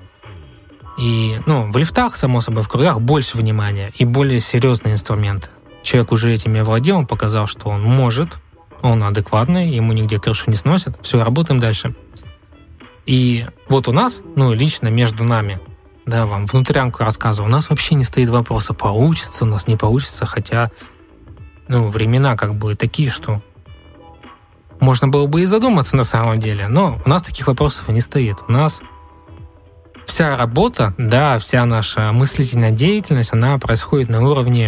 И, ну, в лифтах, само собой, в кругах больше внимания и более серьезные инструменты. Человек уже этими овладел, он показал, что он может, он адекватный, ему нигде крышу не сносит. Все, работаем дальше. И вот у нас, ну, лично между нами, да, вам внутрянку рассказываю, у нас вообще не стоит вопроса, получится у нас, не получится, хотя, ну, времена как бы такие, что можно было бы и задуматься на самом деле, но у нас таких вопросов не стоит. У нас вся работа, да, вся наша мыслительная деятельность, она происходит на уровне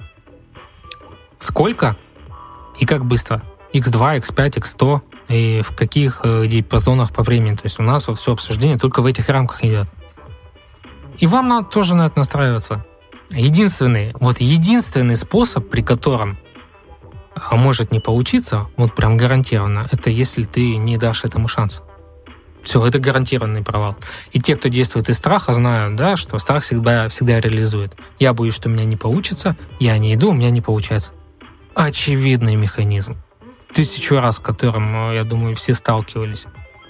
сколько и как быстро. икс два, икс пять, икс сто и в каких диапазонах по времени. То есть у нас вот все обсуждение только в этих рамках идет. И вам надо тоже на это настраиваться. Единственный, вот единственный способ, при котором может не получиться, вот прям гарантированно, это если ты не дашь этому шанс. Все, это гарантированный провал. И те, кто действует из страха, знают, да, что страх всегда, всегда реализует. Я боюсь, что у меня не получится, я не иду, у меня не получается. Очевидный механизм. Тысячу раз, с которым, я думаю, все сталкивались.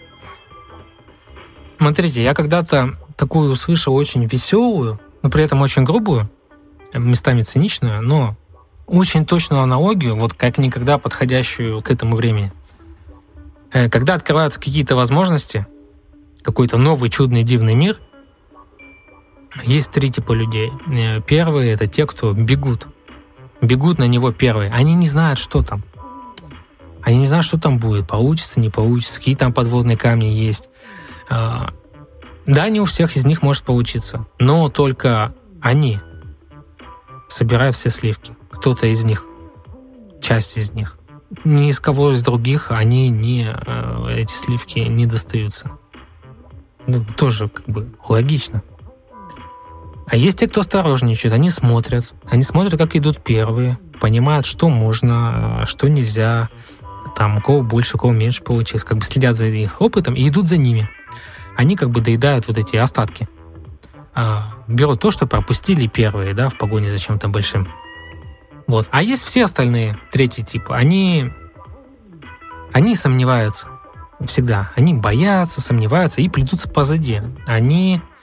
Смотрите, я когда-то такую услышал очень веселую, но при этом очень грубую, местами циничную, но очень точную аналогию, вот как никогда подходящую к этому времени. Когда открываются какие-то возможности, какой-то новый чудный дивный мир, есть три типа людей. Первые — это те, кто бегут. Бегут на него первые. Они не знают, что там. Они не знают, что там будет, получится, не получится, какие там подводные камни есть. Да, не у всех из них может получиться, но только они собирают все сливки. Кто-то из них, часть из них. Ни из кого из других они не, эти сливки не достаются. Ну, тоже как бы логично. А есть те, кто осторожничает, они смотрят. Они смотрят, как идут первые, понимают, что можно, что нельзя, там, у кого больше, у кого меньше получилось, как бы следят за их опытом и идут за ними. Они как бы доедают вот эти остатки. Берут то, что пропустили первые, да, в погоне за чем-то большим. Вот. А есть все остальные, третий тип, они, они сомневаются всегда. Они боятся, сомневаются и плетутся позади. Они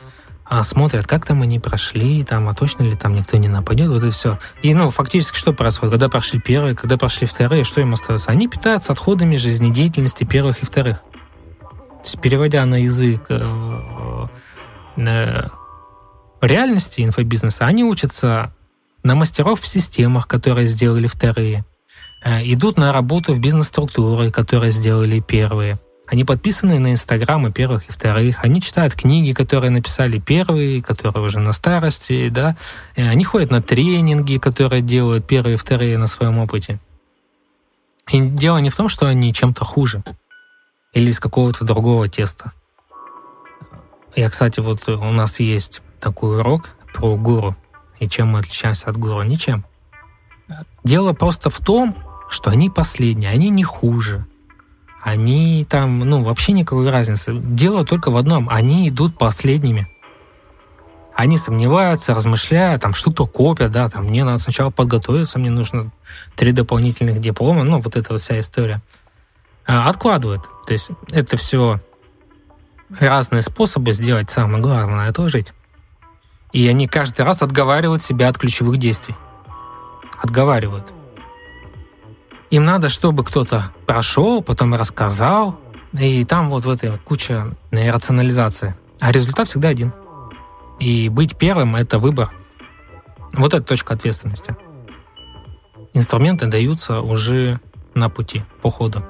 а смотрят, как там они прошли, там, а точно ли там никто не нападет, вот и все. И, ну, фактически что происходит? Когда прошли первые, когда прошли вторые, что им остается? Они питаются отходами жизнедеятельности первых и вторых. То есть, переводя на язык э, э, реальности инфобизнеса, они учатся на мастеров в системах, которые сделали вторые, э, идут на работу в бизнес-структуры, которые сделали первые. Они подписаны на инстаграмы первых и вторых, они читают книги, которые написали первые, которые уже на старости, да, и они ходят на тренинги, которые делают первые и вторые на своем опыте. И дело не в том, что они чем-то хуже или из какого-то другого теста. Я, кстати, вот у нас есть такой урок про гуру, и чем мы отличаемся от гуру? Ничем. Дело просто в том, что они последние, они не хуже. Они там, ну, вообще никакой разницы. Дело только в одном. Они идут последними. Они сомневаются, размышляют, там что-то копят, да, там мне надо сначала подготовиться, мне нужно три дополнительных диплома, ну, вот эта вот вся история. А, откладывают. То есть это все разные способы сделать, самое главное — отложить. И они каждый раз отговаривают себя от ключевых действий. Отговаривают. Им надо, чтобы кто-то прошел, потом рассказал, и там вот в этой куча рационализации. А результат всегда один. И быть первым — это выбор. Вот это точка ответственности. Инструменты даются уже на пути, по ходу.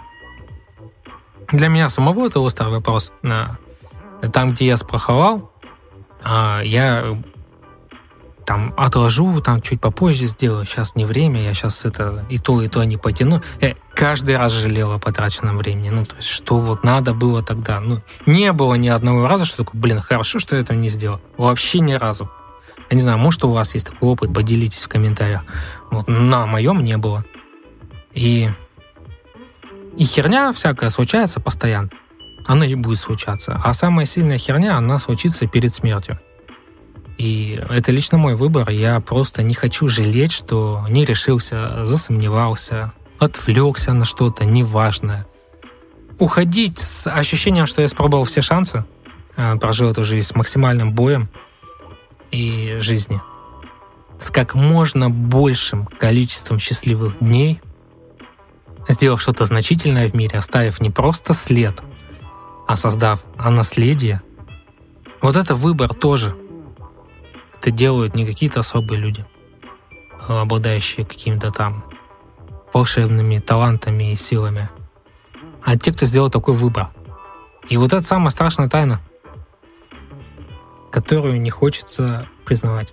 Для меня самого это острый вопрос. Там, где я спроховал, я там отложу, там чуть попозже сделаю, сейчас не время, я сейчас это и то, и то не потяну. Я каждый раз жалел о потраченном времени. Ну, то есть, что вот надо было тогда. Ну, не было ни одного раза, что такое, блин, хорошо, что я этого не сделал. Вообще ни разу. Я не знаю, может, у вас есть такой опыт, поделитесь в комментариях. Вот на моем не было. И, и херня всякая случается постоянно. Она и будет случаться. А самая сильная херня, она случится перед смертью. И это лично мой выбор. Я просто не хочу жалеть, что не решился, засомневался, отвлекся на что-то неважное. Уходить с ощущением, что я испробовал все шансы, прожил эту жизнь с максимальным боем и жизни, с как можно большим количеством счастливых дней, сделав что-то значительное в мире, оставив не просто след, а создав а наследие. Вот это выбор тоже. Это делают не какие-то особые люди, обладающие какими-то там волшебными талантами и силами, а те, кто сделал такой выбор. И вот это самая страшная тайна, которую не хочется признавать.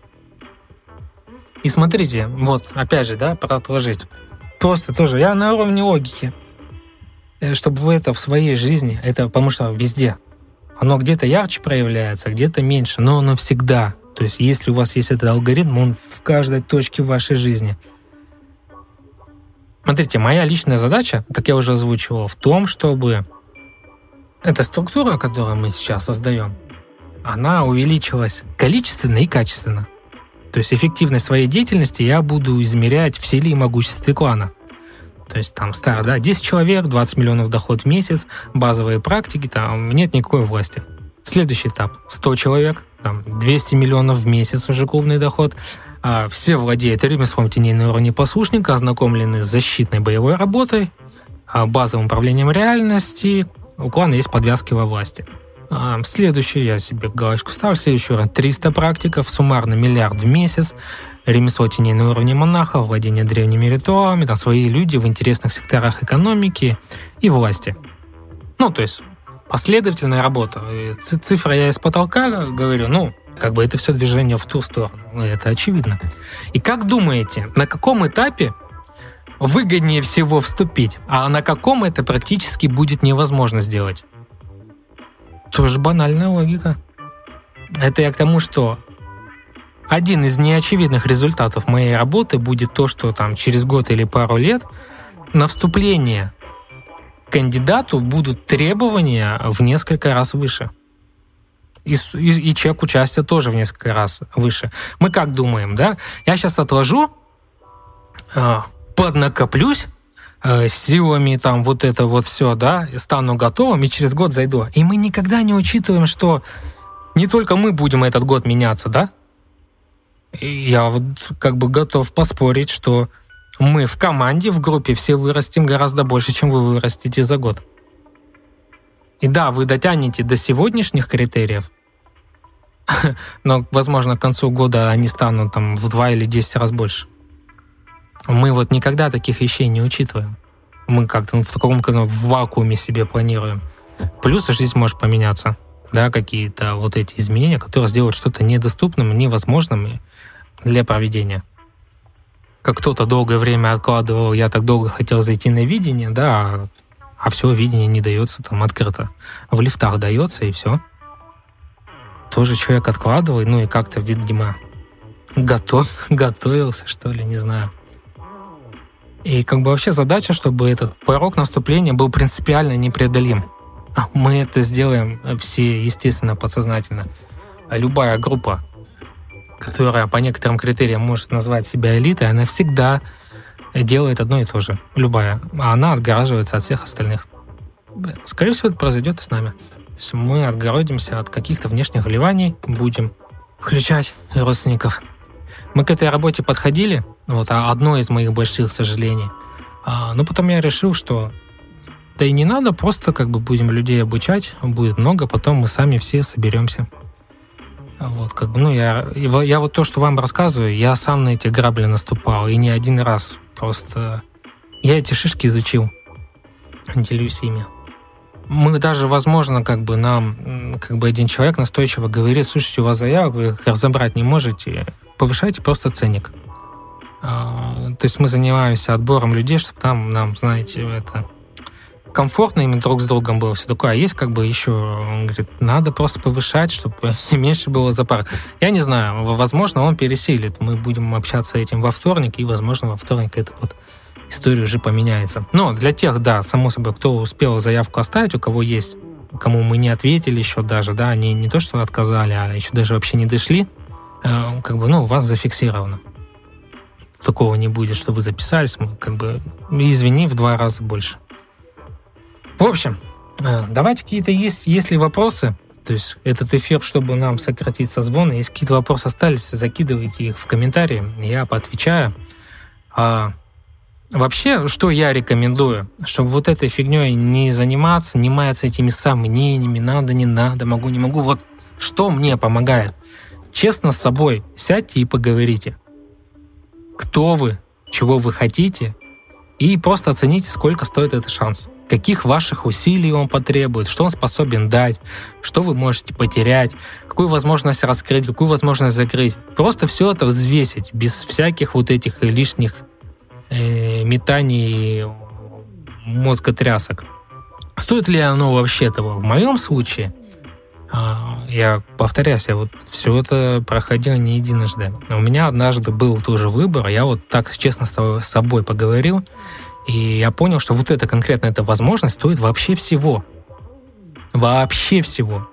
И смотрите, вот, опять же, да, про отложить. Просто тоже, я на уровне логики. Чтобы вы это в своей жизни, это потому что везде. Оно где-то ярче проявляется, где-то меньше, но оно всегда. То есть, если у вас есть этот алгоритм, он в каждой точке вашей жизни. Смотрите, моя личная задача, как я уже озвучивал, в том, чтобы эта структура, которую мы сейчас создаем, она увеличилась количественно и качественно. То есть, эффективность своей деятельности я буду измерять в силе и могуществе клана. То есть, там, старо, да, десять человек, двадцать миллионов доход в месяц, базовые практики, там нет никакой власти. Следующий этап – сто человек, там, двести миллионов в месяц уже клубный доход. А все владеют ремеслом теней на уровне послушника, ознакомлены с защитной боевой работой, базовым управлением реальности. У клана есть подвязки во власти. А следующий, я себе галочку ставлю, следующий уровень – триста практиков, суммарно миллиард в месяц. Ремесло теней на уровне монаха, владение древними ритуалами, там свои люди в интересных секторах экономики и власти. Ну, то есть последовательная работа. Цифра я из потолка говорю, ну, как бы это все движение в ту сторону. Это очевидно. И как думаете, на каком этапе выгоднее всего вступить, а на каком это практически будет невозможно сделать? Тоже банальная логика. Это я к тому, что один из неочевидных результатов моей работы будет то, что там через год или пару лет на вступление кандидату будут требования в несколько раз выше. И, и, и чек участия тоже в несколько раз выше. Мы как думаем, да? Я сейчас отложу, э, поднакоплюсь э, силами, там вот это вот все, да, стану готовым и через год зайду. И мы никогда не учитываем, что не только мы будем этот год меняться, да? И я вот как бы готов поспорить, что мы в команде, в группе все вырастем гораздо больше, чем вы вырастете за год. И да, вы дотянете до сегодняшних критериев, но, возможно, к концу года они станут там в два или десять раз больше. Мы вот никогда таких вещей не учитываем. Мы как-то в таком в вакууме себе планируем. Плюс жизнь может поменяться. Да, какие-то вот эти изменения, которые сделают что-то недоступным, невозможным для проведения. Как кто-то долгое время откладывал, я так долго хотел зайти на видение, да, а все, видение не дается там открыто. В лифтах дается, и все. Тоже человек откладывает, ну и как-то, видимо, готов, готовился, что ли, не знаю. И как бы вообще задача, чтобы этот порог наступления был принципиально непреодолим. Мы это сделаем все, естественно, подсознательно. Любая группа, которая по некоторым критериям может назвать себя элитой, она всегда делает одно и то же. Любая. А она отгораживается от всех остальных. Скорее всего, это произойдет и с нами. То есть мы отгородимся от каких-то внешних вливаний, будем включать родственников. Мы к этой работе подходили, вот одно из моих больших сожалений. А, но потом я решил, что да и не надо, просто как бы будем людей обучать, будет много, потом мы сами все соберемся. Вот, как бы, ну, я, я вот то, что вам рассказываю, я сам на эти грабли наступал, и не один раз. Просто я эти шишки изучил, делюсь ими. Мы даже, возможно, как бы нам, как бы один человек настойчиво говорит: слушайте, у вас заявок, вы их разобрать не можете, повышайте просто ценник. А, то есть мы занимаемся отбором людей, чтобы там нам, знаете, это комфортно им друг с другом было, все такое. А есть как бы еще, он говорит, надо просто повышать, чтобы меньше было запар. Я не знаю, возможно, он пересилит. Мы будем общаться этим во вторник, и, возможно, во вторник эта вот история уже поменяется. Но для тех, да, само собой, кто успел заявку оставить, у кого есть, кому мы не ответили еще даже, да, они не то что отказали, а еще даже вообще не дошли, как бы, ну, у вас зафиксировано. Такого не будет, что вы записались, мы как бы, извини, в два раза больше. В общем, давайте какие-то есть, есть ли вопросы, то есть этот эфир, чтобы нам сократить созвоны, если какие-то вопросы остались, закидывайте их в комментарии, я поотвечаю. А вообще, что я рекомендую, чтобы вот этой фигней не заниматься, не маяться этими сомнениями, надо, не надо, могу, не могу, вот что мне помогает? Честно с собой сядьте и поговорите. Кто вы, чего вы хотите, и просто оцените, сколько стоит этот шанс. Каких ваших усилий он потребует, что он способен дать, что вы можете потерять, какую возможность раскрыть, какую возможность закрыть. Просто все это взвесить, без всяких вот этих лишних э, метаний мозготрясок. Стоит ли оно вообще того? В моем случае, э, я повторяюсь, я вот все это проходил не единожды. У меня однажды был тоже выбор, я вот так честно с собой поговорил, и я понял, что вот эта конкретно эта возможность стоит вообще всего. Вообще всего.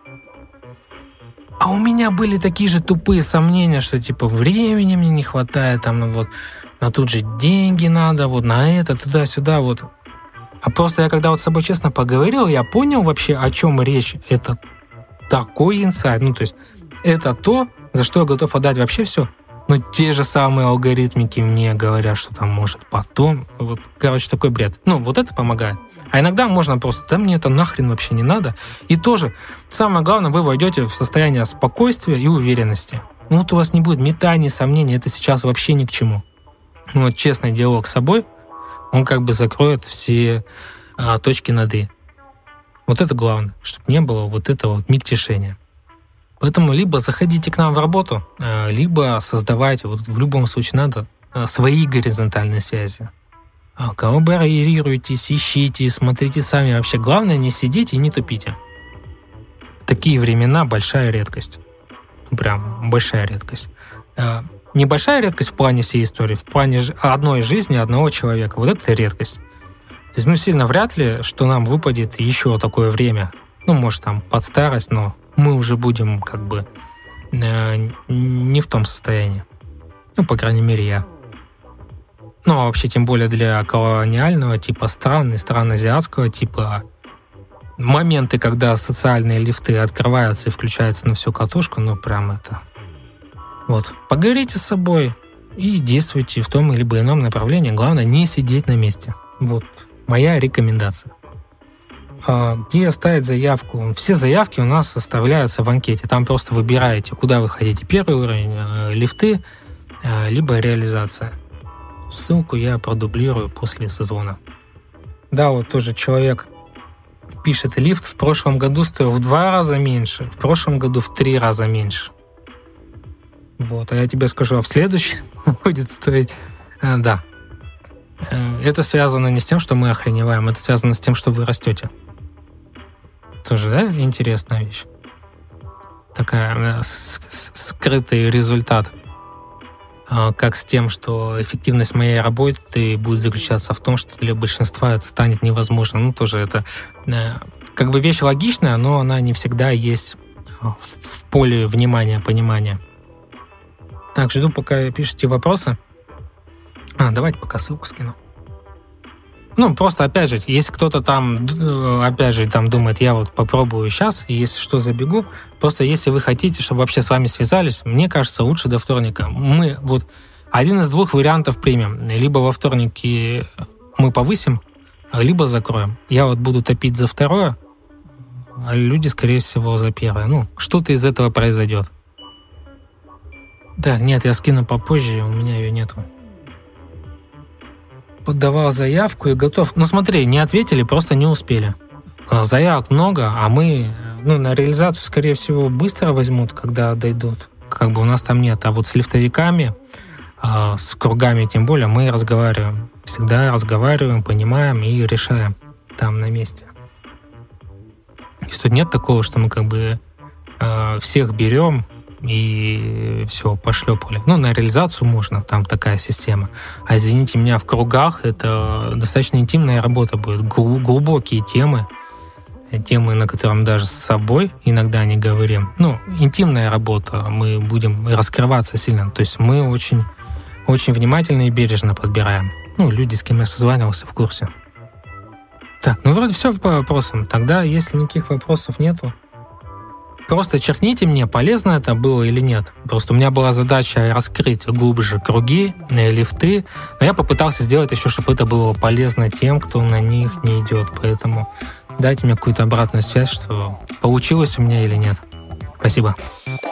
А у меня были такие же тупые сомнения, что типа времени мне не хватает, там вот, а тут же деньги надо, вот на это, туда-сюда, вот. А просто я когда вот с собой честно поговорил, я понял вообще, о чем речь. Это такой инсайт. Ну, то есть это то, за что я готов отдать вообще все. Но те же самые алгоритмики мне говорят, что там может потом. Вот, короче, такой бред. Ну, вот это помогает. А иногда можно просто, да мне это нахрен вообще не надо. И тоже, самое главное, вы войдете в состояние спокойствия и уверенности. Ну, вот у вас не будет метаний, сомнений, это сейчас вообще ни к чему. Ну, вот честный диалог с собой, он как бы закроет все а, точки над «и». Вот это главное, чтобы не было вот этого вот мельтешения. Поэтому либо заходите к нам в работу, либо создавайте, вот в любом случае надо свои горизонтальные связи. Коллаборируйтесь, ищите, смотрите сами. Вообще главное не сидите и не тупите. Такие времена большая редкость. Прям большая редкость. Небольшая редкость в плане всей истории, в плане одной жизни одного человека. Вот это редкость. То есть, ну, сильно вряд ли, что нам выпадет еще такое время. Ну, может, там под старость, но мы уже будем как бы э, не в том состоянии. Ну, по крайней мере, я. Ну, а вообще, тем более для колониального типа стран и стран азиатского типа, моменты, когда социальные лифты открываются и включаются на всю катушку, ну, прям это... Вот. Поговорите с собой и действуйте в том или ином направлении. Главное, не сидеть на месте. Вот моя рекомендация. А где оставить заявку? Все заявки у нас составляются в анкете. Там просто выбираете, куда вы хотите. Первый уровень, лифты, либо реализация. Ссылку я продублирую после созвона. Да, вот тоже человек пишет, лифт в прошлом году стоил в два раза меньше, в прошлом году в три раза меньше. Вот, а я тебе скажу, а в следующем будет стоить... А, да. Это связано не с тем, что мы охреневаем, это связано с тем, что вы растете. Тоже, да, интересная вещь? Такая скрытый результат. Как с тем, что эффективность моей работы будет заключаться в том, что для большинства это станет невозможно. Ну, тоже это как бы вещь логичная, но она не всегда есть в поле внимания, понимания. Так, жду, пока пишете вопросы. А, давайте пока ссылку скину. Ну, просто, опять же, если кто-то там, опять же, там думает, я вот попробую сейчас, и если что, забегу. Просто если вы хотите, чтобы вообще с вами связались, мне кажется, лучше до вторника. Мы вот один из двух вариантов примем. Либо во вторнике мы повысим, либо закроем. Я вот буду топить за второе, а люди, скорее всего, за первое. Ну, что-то из этого произойдет. Так, нет, я скину попозже, у меня ее нету. Подавал заявку и готов. Ну смотри, не ответили, просто не успели. Заявок много, а мы ну, на реализацию, скорее всего, быстро возьмут, когда дойдут. Как бы у нас там нет. А вот с лифтовиками, с кругами тем более, мы разговариваем. Всегда разговариваем, понимаем и решаем там на месте. И тут нет такого, что мы как бы всех берем и все, пошлепали. Ну, на реализацию можно, там такая система. А извините меня, в кругах это достаточно интимная работа будет. Глубокие темы, темы, на котором даже с собой иногда не говорим. Ну, интимная работа, мы будем раскрываться сильно. То есть мы очень, очень внимательно и бережно подбираем. Ну, люди, с кем я созванивался, в курсе. Так, ну вроде все по вопросам. Тогда, если никаких вопросов нету, просто черкните мне, полезно это было или нет. Просто у меня была задача раскрыть глубже круги, лифты, но я попытался сделать еще, чтобы это было полезно тем, кто на них не идет. Поэтому дайте мне какую-то обратную связь, что получилось у меня или нет. Спасибо.